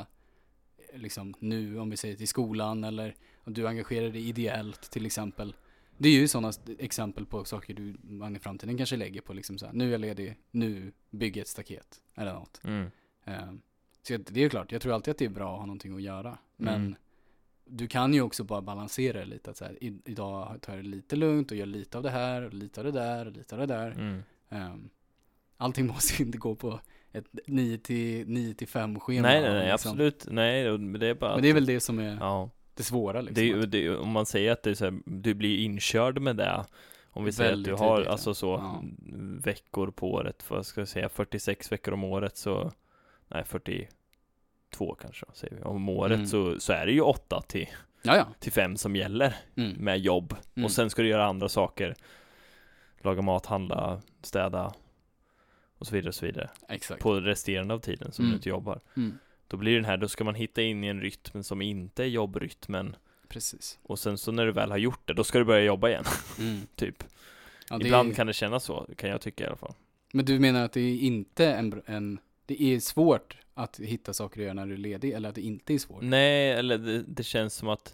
liksom nu, om vi säger till skolan, eller om du engagerar dig ideellt till exempel. Det är ju sådana exempel på saker du man i framtiden kanske lägger på, liksom så här, nu är jag ledig, nu bygger ett staket eller något. Mm. Eh, så det är ju klart, jag tror alltid att det är bra att ha någonting att göra. Men Mm. du kan ju också bara balansera det lite. Att så här, i, idag tar jag det lite lugnt och gör lite av det här, och lite av det där, och lite av det där. Mm. Um, allting måste ju inte gå på ett nio till fem schema. Nej, nej, nej, liksom. absolut. Nej, men det är bara Men det är att- väl det som är ja. det svåra liksom. Det är, ju- att- det är, om man säger att det är så här, du blir inkörd med det. Om vi säger att Väldigt du har tidigt, alltså så ja. veckor på året, vad ska jag säga, fyrtiosex veckor om året, så nej, fyrtiotvå kanske säger vi. Om året Mm. så, så är det ju åtta till, Ja, ja. till fem som gäller Mm. med jobb. Mm. Och sen ska du göra andra saker. Laga mat, handla, städa och så vidare och så vidare. Exakt. På resterande av tiden som Mm. du inte jobbar. Mm. Då blir den här, då ska man hitta in i en rytm som inte är jobbrytmen. Precis. Och sen så när du väl har gjort det, då ska du börja jobba igen, Mm. typ. Ja, det Ibland är, kan det kännas så, kan jag tycka i alla fall. Men du menar att det är inte en, br- en det är svårt att hitta saker att göra när du är ledig, eller att det inte är svårt? Nej, eller det, det känns som att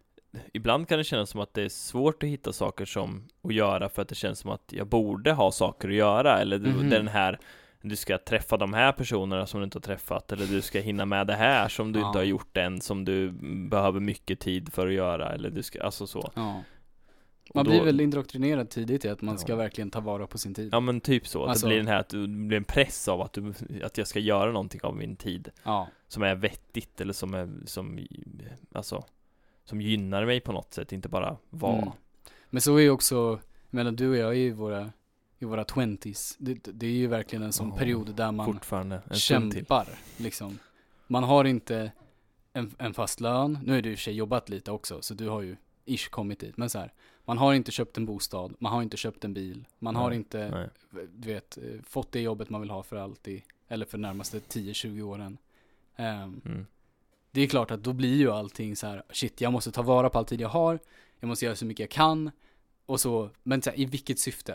ibland kan det kännas som att det är svårt att hitta saker som att göra för att det känns som att jag borde ha saker att göra, eller Mhm. den här, du ska träffa de här personerna som du inte har träffat, eller du ska hinna med det här som du Ja. inte har gjort än, som du behöver mycket tid för att göra, eller du ska, alltså så. Ja. Och Man då- blir väl indoktrinerad tidigt i att man ska Ja. verkligen ta vara på sin tid. Ja, men typ så, att Alltså- det blir den här, att det blir en press av att, du, att jag ska göra någonting av min tid Ja. som är vettigt, eller som är, som, alltså, som gynnar mig på något sätt, inte bara vara. Mm. Men så är ju också, jag menar, du och jag är i våra, i våra tjugoes. Det, det är ju verkligen en sån Ja, period där man Fortfarande en stund till. kämpar, liksom. Man har inte en, en fast lön. Nu har du i och för sig jobbat lite också, så du har ju ish kommit dit. Men så här, man har inte köpt en bostad, man har inte köpt en bil, man har Nej, inte, Nej. du vet, eh, fått det jobbet man vill ha för alltid, eller för närmaste tio tjugo åren. Ehm, Mm. Det är klart att då blir ju allting så här: shit, jag måste ta vara på all tid jag har, jag måste göra så mycket jag kan, och så, men så här, i vilket syfte?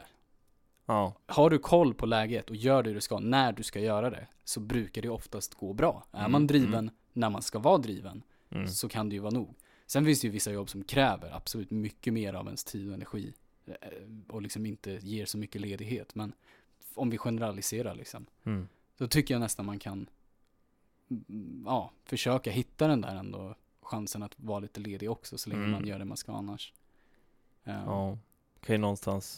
Ja. Har du koll på läget och gör det du ska när du ska göra det, så brukar det oftast gå bra. Är Mm, man driven mm. när man ska vara driven, Mm. så kan det ju vara nog. Sen finns det ju vissa jobb som kräver absolut mycket mer av ens tid och energi, eh, och liksom inte ger så mycket ledighet. Men om vi generaliserar liksom, Mm. då tycker jag nästan man kan mm, ja, försöka hitta den där ändå chansen att vara lite ledig också, så länge Mm. man gör det man ska annars. Eh, Ja. Kan ju någonstans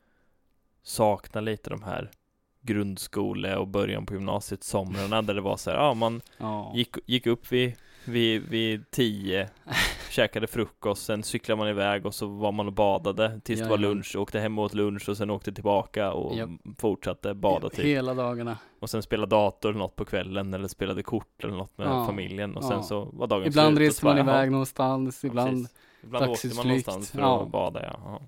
sakna lite de här grundskole och början på gymnasiet somrarna där det var så här, ja, man ja. gick, gick upp vid, vid, vid tio, käkade frukost, sen cyklade man iväg och så var man och badade tills det var Jajamän. lunch, åkte hem och åt lunch och sen åkte tillbaka och Japp. fortsatte bada typ. Hela dagarna. Och sen spelade dator eller något på kvällen, eller spelade kort eller något med Ja, familjen, och ja. sen så var dagen Ibland slut och reste så man bara, iväg jaha, någonstans, ja, ibland precis. Ibland åkte man dagsutflykt. någonstans för Ja. att bada, ja. Ja,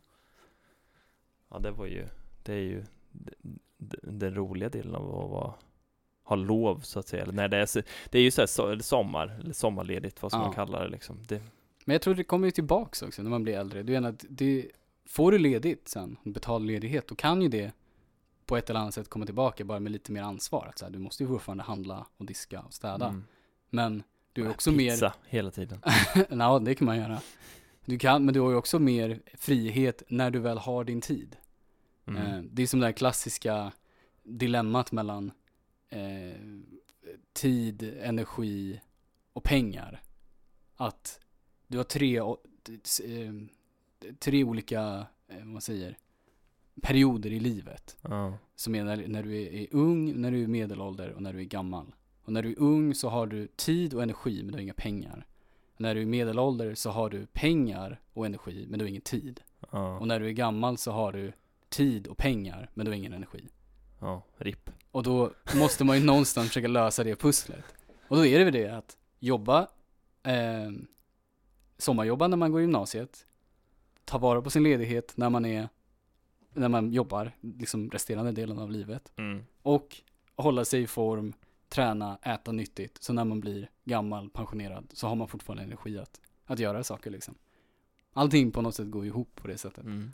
ja det var ju, det är ju d- d- den roliga delen av att vara, ha lov så att säga, eller när det är, så- det är ju så här, so- eller sommar, eller sommarledigt, vad ska Ja. man kalla det liksom. Det, Men jag tror det kommer ju tillbaks också när man blir äldre. Du menar att det, får du ledigt sen, betald ledighet, då kan ju det på ett eller annat sätt komma tillbaka, bara med lite mer ansvar. Att så här, du måste ju fortfarande handla och diska och städa. mm. Men du är också Pizza mer... hela tiden. Ja, det kan man göra. Du kan, men du har ju också mer frihet när du väl har din tid. Mm. Eh, det är som det här klassiska dilemmat mellan eh, tid, energi och pengar. Att du har tre, o- t- s- eh, tre olika, eh, vad man säger, perioder i livet. Ja. Som är när, när du är, är ung, när du är medelålder och när du är gammal. Och när du är ung så har du tid och energi, men du har inga pengar. När du är medelålder så har du pengar och energi, men du har ingen tid. Ja. Och när du är gammal så har du tid och pengar, men du har ingen energi. Ja, ripp. Och då måste man ju någonstans försöka lösa det pusslet. Och då är det väl det att jobba, eh, sommarjobba när man går i gymnasiet, ta vara på sin ledighet när man är, när man jobbar, liksom resterande delen av livet. Mm. Och hålla sig i form, träna, äta nyttigt. Så när man blir gammal, pensionerad, så har man fortfarande energi att, att göra saker liksom. Allting på något sätt går ihop på det sättet. Mm.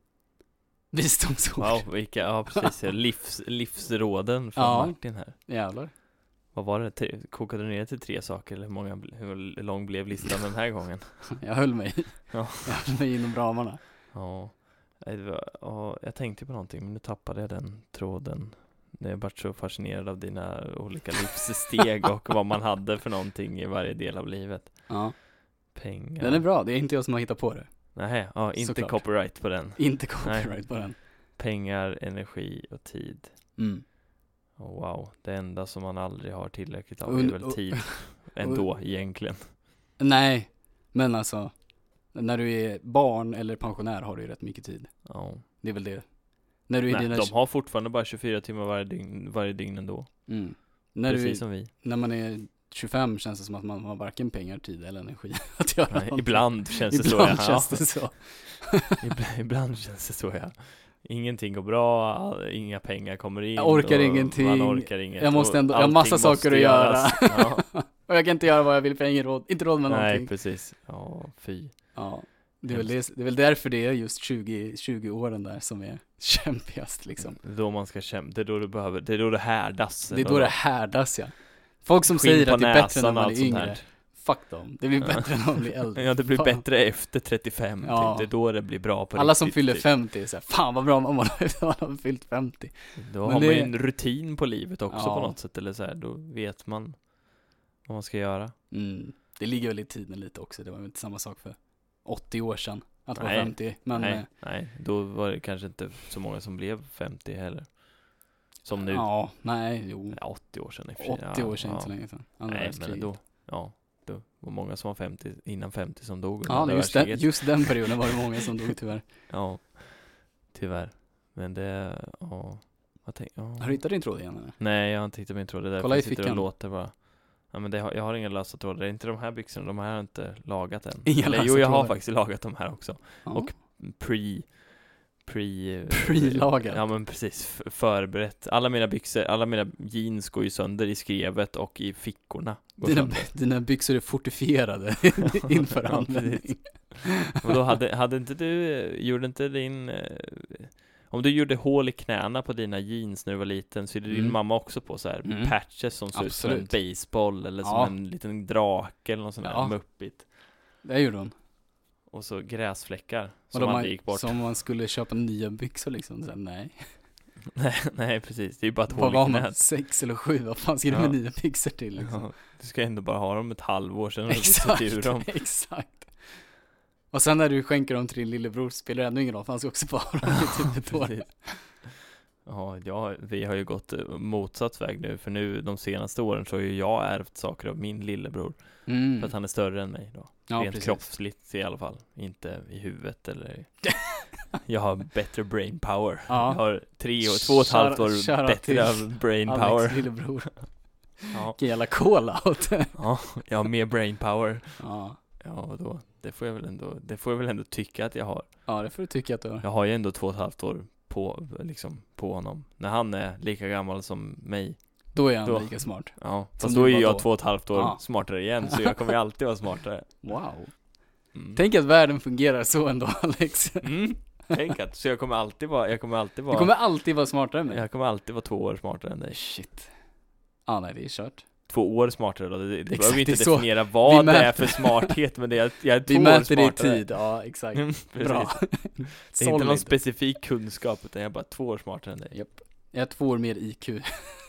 Visdomsord. Wow, vilka, ja precis. Livs, livsråden från Ja. Martin här. Jävlar. Vad var det? Tre, kokade du ner till tre saker? Eller hur, många, hur lång blev listan den här gången? Jag höll mig. Ja. Jag höll mig inom ramarna. Ja, det var, ja, jag tänkte på någonting men nu tappade jag den tråden. Jag har varit så fascinerad av dina olika livssteg och vad man hade för någonting i varje del av livet. Ja. Pengar. Den är bra, det är inte jag som har hittat på det. Nej, ja, inte Såklart. copyright på den. Inte copyright på den. Pengar, energi och tid. Mm. Oh, wow, det enda som man aldrig har tillräckligt av Och- är väl och- tid ändå egentligen. Nej, men alltså när du är barn eller pensionär har du ju rätt mycket tid. Ja. Det är väl det. När du är Nej, dina... de har fortfarande bara tjugofyra timmar varje dygn, varje dygn ändå. mm. när, Precis du, som vi. när man är tjugofem känns det som att man har varken pengar, tid eller energi att göra Nej, någonting. ibland känns det Ibland så. känns Ja. det så. Ibland, ibland känns det så, ja. Ingenting går bra, all, inga pengar kommer in. Jag orkar och ingenting. Man orkar inget. Jag måste ändå- och jag har massa allting saker måste att göra. göras. Ja. Och jag kan inte göra vad jag vill för jag har ingen råd, inte råd med Nej, någonting. precis. Ja, fy. Ja, det är, väl det, det är väl därför det är just tjugo, tjugo åren där som är kämpigast liksom. Det är då man ska kämpa. Det är då du behöver, det är då det härdas. Det är då det härdas, ja. Folk som Skinn säger på att det är bättre när näsan och man allt är sånt yngre. här. Fuck dem. Det blir bättre när man blir äldre. Ja, det blir Fan. bättre efter trettiofem. Ja. Typ. Det är då det blir bra på Alla som riktigt, fyller typ. femtio är så här, fan vad bra man har man har fyllt femtio. Då Men har det- man ju en rutin på livet också Ja. på något sätt. Eller så här, då vet man vad man ska göra. Mm. Det ligger väl i tiden lite också. Det var väl inte samma sak för åttio år sedan att vara Nej. femtio. Men nej, eh, nej, då var det kanske inte så många som blev femtio heller. Som nu. ja, nej, jo. Ja, åttio år sedan i och för sig. åttio år Ja, sedan, ja. inte så länge sedan. Andra Nej, men världskriget. då, ja, då var många som var femtio, innan femtio som dog under Ja, andra just den, världskriget. just den perioden var det många som dog tyvärr. Ja, tyvärr. Men det, ja, vad tänk, ja. Har du hittat din tråd igen eller? Nej, jag har inte hittat min tråd. Det är därför Kolla i jag sitter och fickan. låter bara. Ja, men det har, jag har inga lösa trådar. Det är inte de här byxorna, de här har jag inte lagat än. Inga Eller, lösa jo, jag har trådar. faktiskt lagat de här också. Ja. Och pre pre Pre-lagat. Ja, men precis, f- förberett. Alla mina byxor, alla mina jeans går ju sönder i skrevet och i fickorna går Dina, sönder. dina byxor är fortifierade inför Ja, användning. precis. Och då hade, hade inte du, gjorde inte din eh, om du gjorde hål i knäna på dina jeans när du var liten, så gjorde din Mm. mamma också på så här Mm. patches som såg ut som en Absolut. baseball eller Ja. som en liten drake eller något sånt där Ja. muppigt. Det gjorde hon. Och så gräsfläckar Och som de aldrig man, gick bort. som man skulle köpa nya byxor liksom. Så här, nej. nej, nej, precis. Det är ju bara ett Vad hål var i man? knät. Sex eller sju? Vad fan ska du Ja. med nya byxor till liksom? Ja, du ska ändå bara ha dem ett halvår sedan och Exakt, sätta ur dem. exakt. Och sen när du skänker dem till din lillebror spelar det ändå ingen roll, för han ska också bara ha dem i typ ett år. Precis. Ja, ja, vi har ju gått eh, motsatt väg nu, för nu de senaste åren så har ju jag ärvt saker av min lillebror. Mm. För att han är större än mig då. Ja, Rent precis. kroppsligt i alla fall. Inte i huvudet eller... Jag har bättre brain power. Ja. Jag har tre och två och ett Shout- halvt år shoutout bättre till av brain Alex power. lillebror. Ja. Vilken jävla call-out. Ja, jag har mer brain power. Ja. Ja, och då, det får jag väl ändå, det får jag väl ändå tycka att jag har. Ja, det får du tycka att du har. Jag har ju ändå två och ett halvt år på, liksom, på honom. När han är lika gammal som mig. Då är han Då. lika smart. Ja, Som fast du då är var jag då. två och ett halvt år Ja. smartare igen. Så jag kommer ju alltid vara smartare. Wow. Mm. Tänk att världen fungerar så ändå, Alex. Mm. Tänk att, så jag kommer alltid vara, jag kommer alltid vara, Du kommer alltid vara smartare än mig. jag kommer alltid vara två år smartare än dig. Shit. Ja, nej, det är kört. Två år smartare då, det, det Exakt, behöver vi inte det är så. definiera vad Vi det är mäter- för smarthet, men det är, jag är två Vi år mäter det i smartare. tid, ja exakt. Mm, precis. Bra. Det är inte någon Solid. specifik kunskap, utan jag är bara två år smartare än dig. Japp. Jag har två år mer I Q.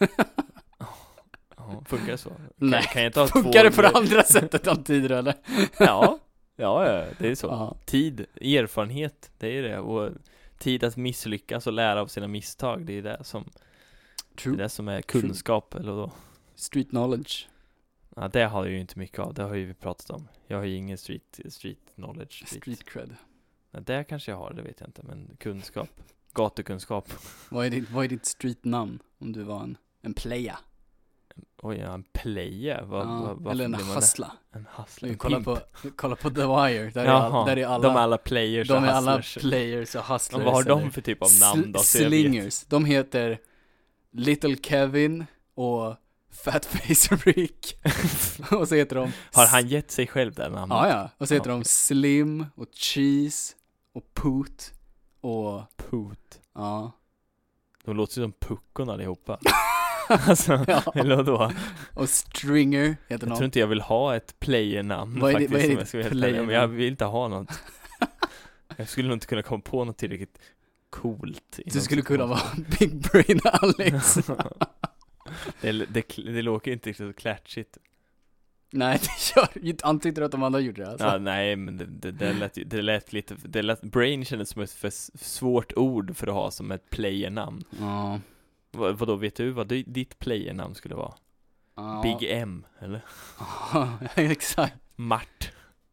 Ja, funkar det så? Nej, Kan, kan jag inte ha Funkar två det på mer- det andra sättet än tid eller? Ja, ja, ja, det är så. Ja. Tid, erfarenhet, det är det. Och tid att misslyckas och lära av sina misstag, det är det som, det är, True. det som är kunskap, eller då. Street knowledge. Ja, det har jag ju inte mycket av, det har ju vi pratat om. Jag har ju ingen street, street knowledge. Street cred. Ja, det kanske jag har, det vet jag inte, men kunskap. Gatukunskap. Vad är ditt, vad är ditt street namn om du var en, en playa? Oj, ja, en player. Vad, Ja, vad, varför eller en blir man det? hustla. En hustler. Vi En kollar pimp. på, kolla på The Wire. Där, är, Jaha, all, där är alla, de är alla players de och är alla hustlers. players och hustlers. Men vad har de eller för typ av namn då? sl- Så jag vet. slingers. De heter Little Kevin och Fatface Rick. Och så heter de... Har han gett sig själv den namnet? Ja, ja. Och så heter Ja. de Slim och Cheese och Poot och... Poot. Ja. De låter ju som puckon allihopa. Alltså, Ja. eller vadå? Och Stringer heter Jag någon. tror inte jag vill ha ett playernamn Vad är det- faktiskt. vad är som ditt jag ska vara helt ärlig. Men playernamn? jag vill inte ha något. Jag skulle nog inte kunna komma på något tillräckligt coolt. Du skulle kunna vara Big Brain Alex. det, det, det låter inte riktigt så klatschigt. Nej, det gör ju antyder att de andra gjorde det alltså. Ja, nej, men det, det, det, lät, ju- det lät lite, det lät, Brain kändes som ett för s- svårt ord för att ha som ett playernamn. Ja. Vad, vadå, vet du vad du, ditt playernamn skulle vara? Ja. Big M, eller? Ja, exakt. Mart.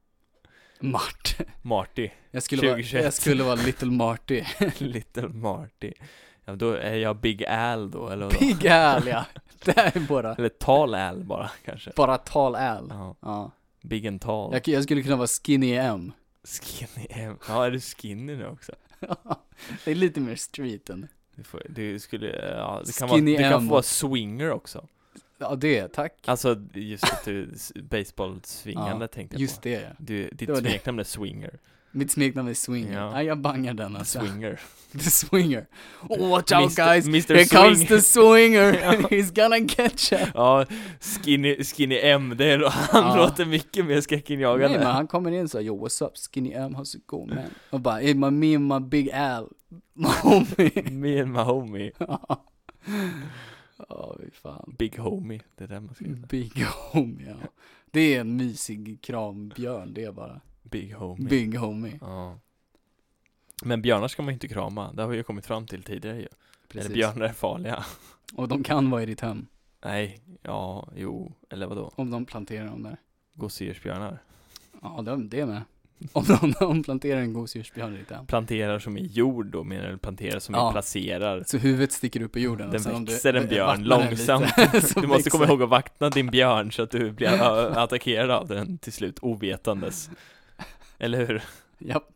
Mart. Marty. Jag skulle, vara, tjugohundratjugoett. jag skulle vara Little Marty. Little Marty. Ja, då är jag Big Al då, eller vadå? Big Al, ja. Det här är bara, Eller Tall Al bara, kanske. bara Tall Al. Ja, Ja. Big and Tall. Jag, jag skulle kunna vara Skinny M. Skinny M. Ja, är du skinny nu också? Det är lite mer street än. Du, får, du skulle, ja, det kan, Skinny vara, du kan M. få vara swinger också. Ja, det, tack. Alltså, just att du, baseball-svingande Ja, tänkte jag Just på. det, ja. Du, ditt Det var det. smeknamn är swinger. Mitt smeknamn är Swinger. Ja. Ja. jag bangar den alltså. Swinger. The Swinger. Oh, watch out Mister guys. Mister Here comes Swing. the Swinger. Ja. He's gonna get you. Ja, skinny, skinny M, det är, han Ja. låter mycket mer skräckinjagande. Nej, men han kommer in så här, yo, what's up, Skinny M, how's it going, man? Och bara, hey, my, me and my big Al, my homie. Me and my homie. Ja, oh, fan. Big homie, det är det man ska heta. Big homie, ja. Det är en mysig krambjörn, det är bara. Big homie. Big homie. Ja. Men björnar ska man ju inte krama, det har vi ju kommit fram till tidigare ju. Precis. Eller björnar är farliga. Och de kan vara i ditt hem, Nej, ja, jo, eller vadå? om de planterar dem där. Gosedjursbjörnar. Ja, det, det är med. Om de, de planterar en gosedjursbjörn i ditt hem. Planterar som i jord då, menar du planterar som Ja. i placerar. Så huvudet sticker upp i jorden. Den och sen om växer du, en björn vattnar den långsamt. lite, så Du måste växer- komma ihåg att vakna din björn så att du blir ö, attackerad av den till slut ovetandes. Eller hur? Japp.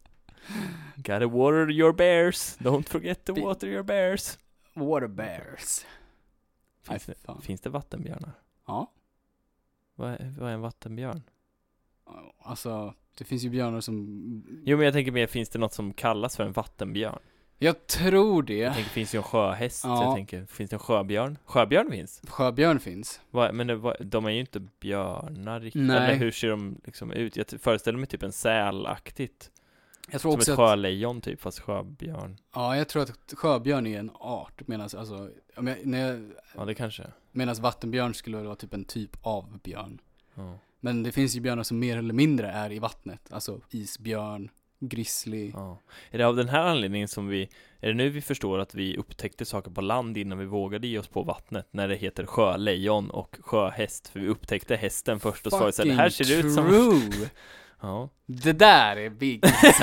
Gotta water your bears. Don't forget to Bi- water your bears. Water bears. Nej, Finns det, fan. finns det vattenbjörnar? Ja. Vad är, vad är en vattenbjörn? Alltså, det finns ju björnar som... Jo, men jag tänker mer, finns det något som kallas för en vattenbjörn? Jag tror det. Jag tänker, finns det en sjöhäst? Ja. Jag tänker, finns det en sjöbjörn? Sjöbjörn finns. Sjöbjörn finns. Vad, men det, vad, de är ju inte björnar riktigt. Nej. Eller hur ser de liksom ut? Jag t- föreställer mig typ en sälaktigt. Jag tror Som också ett att... sjölejon typ, fast sjöbjörn. Ja, jag tror att sjöbjörn är en art. Medan, alltså, om jag- när jag- Ja, det kanske. medans vattenbjörn skulle vara typ en typ av björn. Ja. Men det finns ju björnar som mer eller mindre är i vattnet. Alltså isbjörn, grizzly. Ja. Är det av den här anledningen som vi, är det nu vi förstår att vi upptäckte saker på land innan vi vågade ge oss på vattnet, när det heter sjölejon och sjöhäst, för vi upptäckte hästen först och sa så här, det här ser ut som... true. Ja. Det där är big.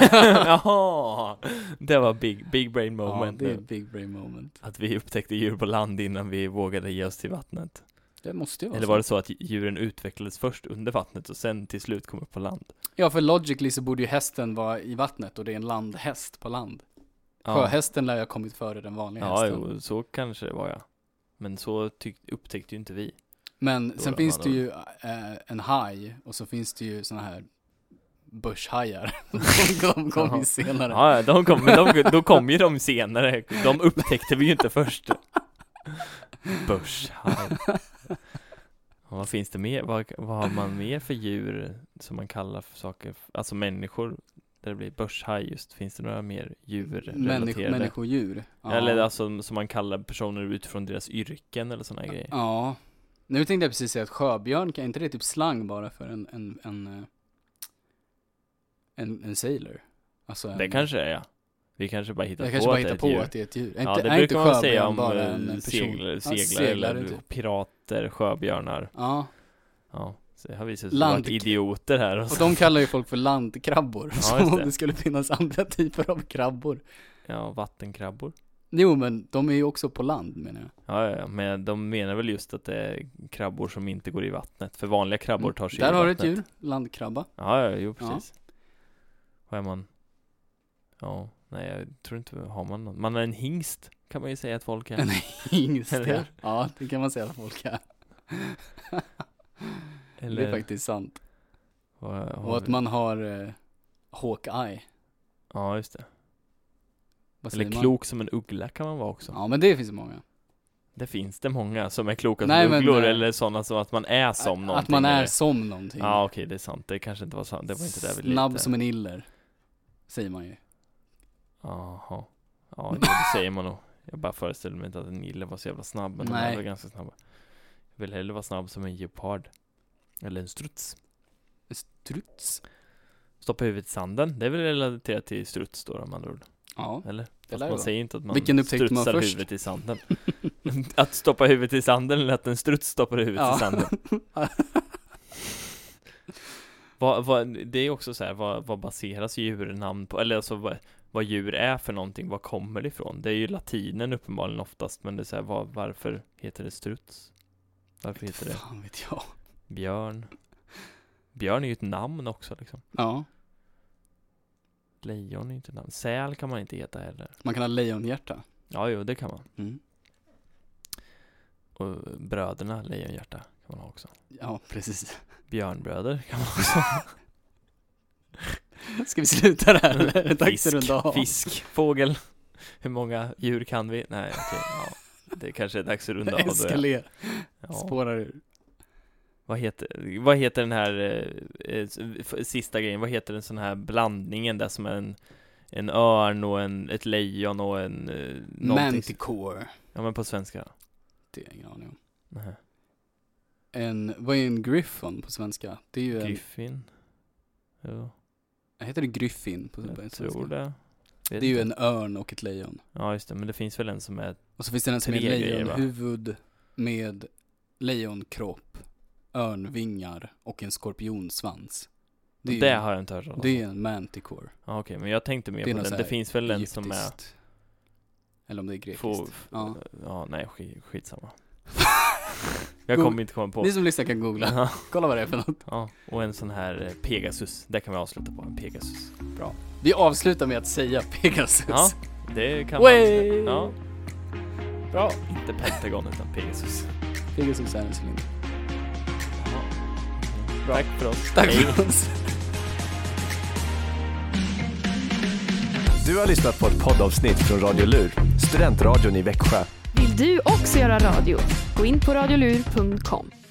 Jaha, det var big, big brain Ja, moment det är nu. big brain moment. Att vi upptäckte djur på land innan vi vågade ge oss till vattnet. Det måste ju vara Eller så. var det så att djuren utvecklades först under vattnet och sen till slut kom upp på land? Ja, för logically så borde ju hästen vara i vattnet och det är en landhäst på land. Ja, Sjöhästen lär ju ha kommit före den vanliga ja hästen. jo, så kanske det var, ja. Men så tyck, upptäckte ju inte vi. Men Då sen då, finns då. det ju eh, en haj och så finns det ju såna här börshajar. de de kom ju Jaha. senare. Ja, de kom, men de, då kom ju de senare. De upptäckte vi ju inte först. Börshaj. Och vad finns det mer? Vad, vad har man mer för djur som man kallar för saker? Alltså människor, där det blir börshaj just. Finns det några mer djur Människ- människodjur. Ja. Eller alltså som man kallar personer utifrån deras yrken eller såna grejer. Ja. Nu tänkte jag precis säga att sjöbjörn, kan inte det typ slang bara för en en en eh, en, en sailor? Alltså en, Det kanske är, ja. Vi kanske bara hittar jag på kanske bara att det är hittar ett på djur. att det är ett djur. Är Ja, inte, det är inte brukar man säga sjöbjörn om bara eh, en person? seglar, Ja, seglar seglare eller typ. pirater, sjöbjörnar. Ja. Ja, så det har vi sett Land- varit idioter här. Och Och så. de kallar ju folk för landkrabbor. Ja, som just om det. det skulle finnas andra typer av krabbor. Ja, vattenkrabbor. Jo, men de är ju också på land, menar jag. Ja, ja, ja, men de menar väl just att det är krabbor som inte går i vattnet. För vanliga krabbor tar sig Där i har du vattnet. ett djur, landkrabba. Ja, ja, jo, Ja. precis. Vad är man? Ja, nej, jag tror inte, har man någon? Man är en hingst, kan man ju säga att folk är. En hingster. Eller? Ja, det kan man säga att folk är. Eller, Det är faktiskt sant. vad, har Och att vi- man har eh, Hawkeye. Ja, just det. Vad Eller säger man? klok som en uggla kan man vara också. Ja, men det finns många. Det finns det många som är kloka Nej, som men, ugglor, eh, eller sådana som att man är som någonting. Att man är eller- som någonting. Ja, okej, det är sant. Det kanske inte var sant. Det var inte det vi Snabb lite... som en iller. Säger man ju. Jaha. Ja, det säger man nog. Jag bara föreställer mig inte att en ille var så jävla snabb, men de Nej. är väl ganska snabba. Jag vill hellre vara snabb som en gepard. Eller en struts. Struts. Stoppa huvudet i sanden. Det är väl relaterat till struts då, om andra ord. Ja. Eller? Det Fast lär man vara. säger inte att man Vilken upptäckte man strutsar först? huvudet i sanden. Att stoppa huvudet i sanden eller att en struts stoppar huvudet Ja. i sanden. vad, vad, det är också så här, vad, vad baseras djurnamn på? Eller alltså vad, vad djur är för någonting, vad kommer det ifrån? Det är ju latinen uppenbarligen oftast, men det är så här, vad, varför heter det struts? Varför heter det Fan vet jag. björn? Björn är ju ett namn också liksom. Ja. Lejon är ju inte ett namn. Säl kan man inte heta heller. Man kan ha lejonhjärta. Ja, jo, det kan man. Mm. Och bröderna, lejonhjärta, kan man ha också. Ja, precis. Björnbröder kan man också ha. Ska vi sluta där eller? Är det dags Fisk, att runda av? fisk, fågel. Hur många djur kan vi? Nej, okej. Ja. Det kanske är dags att runda av. då, ja. Eskalerar. Ja. Spårar ur. Vad heter, vad heter den här eh, eh, f- sista grejen? Vad heter den sån här blandningen där som är en, en örn och en, ett lejon och en eh, någonting? Manticore. Ja, men på svenska. Det är ingen aning om. Nej. En, vad är en griffon på svenska? Det är ju en, Griffin. Jo, heter det griffin på, på jag svenska? tror det. Vet Det är ju inte. en örn och ett lejon. Ja, just det. Men det finns väl en som är... Och så finns det en som är Tre grejer, va? lejonhuvud med lejonkropp, örnvingar och en skorpionsvans. Det, är det ju- har jag inte hört om. Det är en manticore. Ja, okej. Men jag tänkte mer Det är på något den. så Det här finns väl en som är... Egyptiskt. Eller om det är grekiskt. Få, Ja. ja, nej, skit, skitsamma. Jag Go- kommer inte komma på. Ni som lyssnar kan googla. Ja, Kolla vad det är för något. ja, och en sån här eh, Pegasus. Det kan vi avsluta på. En Pegasus. Vi avslutar med att säga Pegasus. Ja, det kan Way! man. Ja, Bra. inte Pentagon utan Pegasus. Pegasus är en cylinder. Ja. Bra. Tack för oss. Tack Hej. för oss. Du har lyssnat på ett poddavsnitt från Radio Lur, studentradion i Växjö. Vill du också göra radio? Gå in på radiolur punkt com.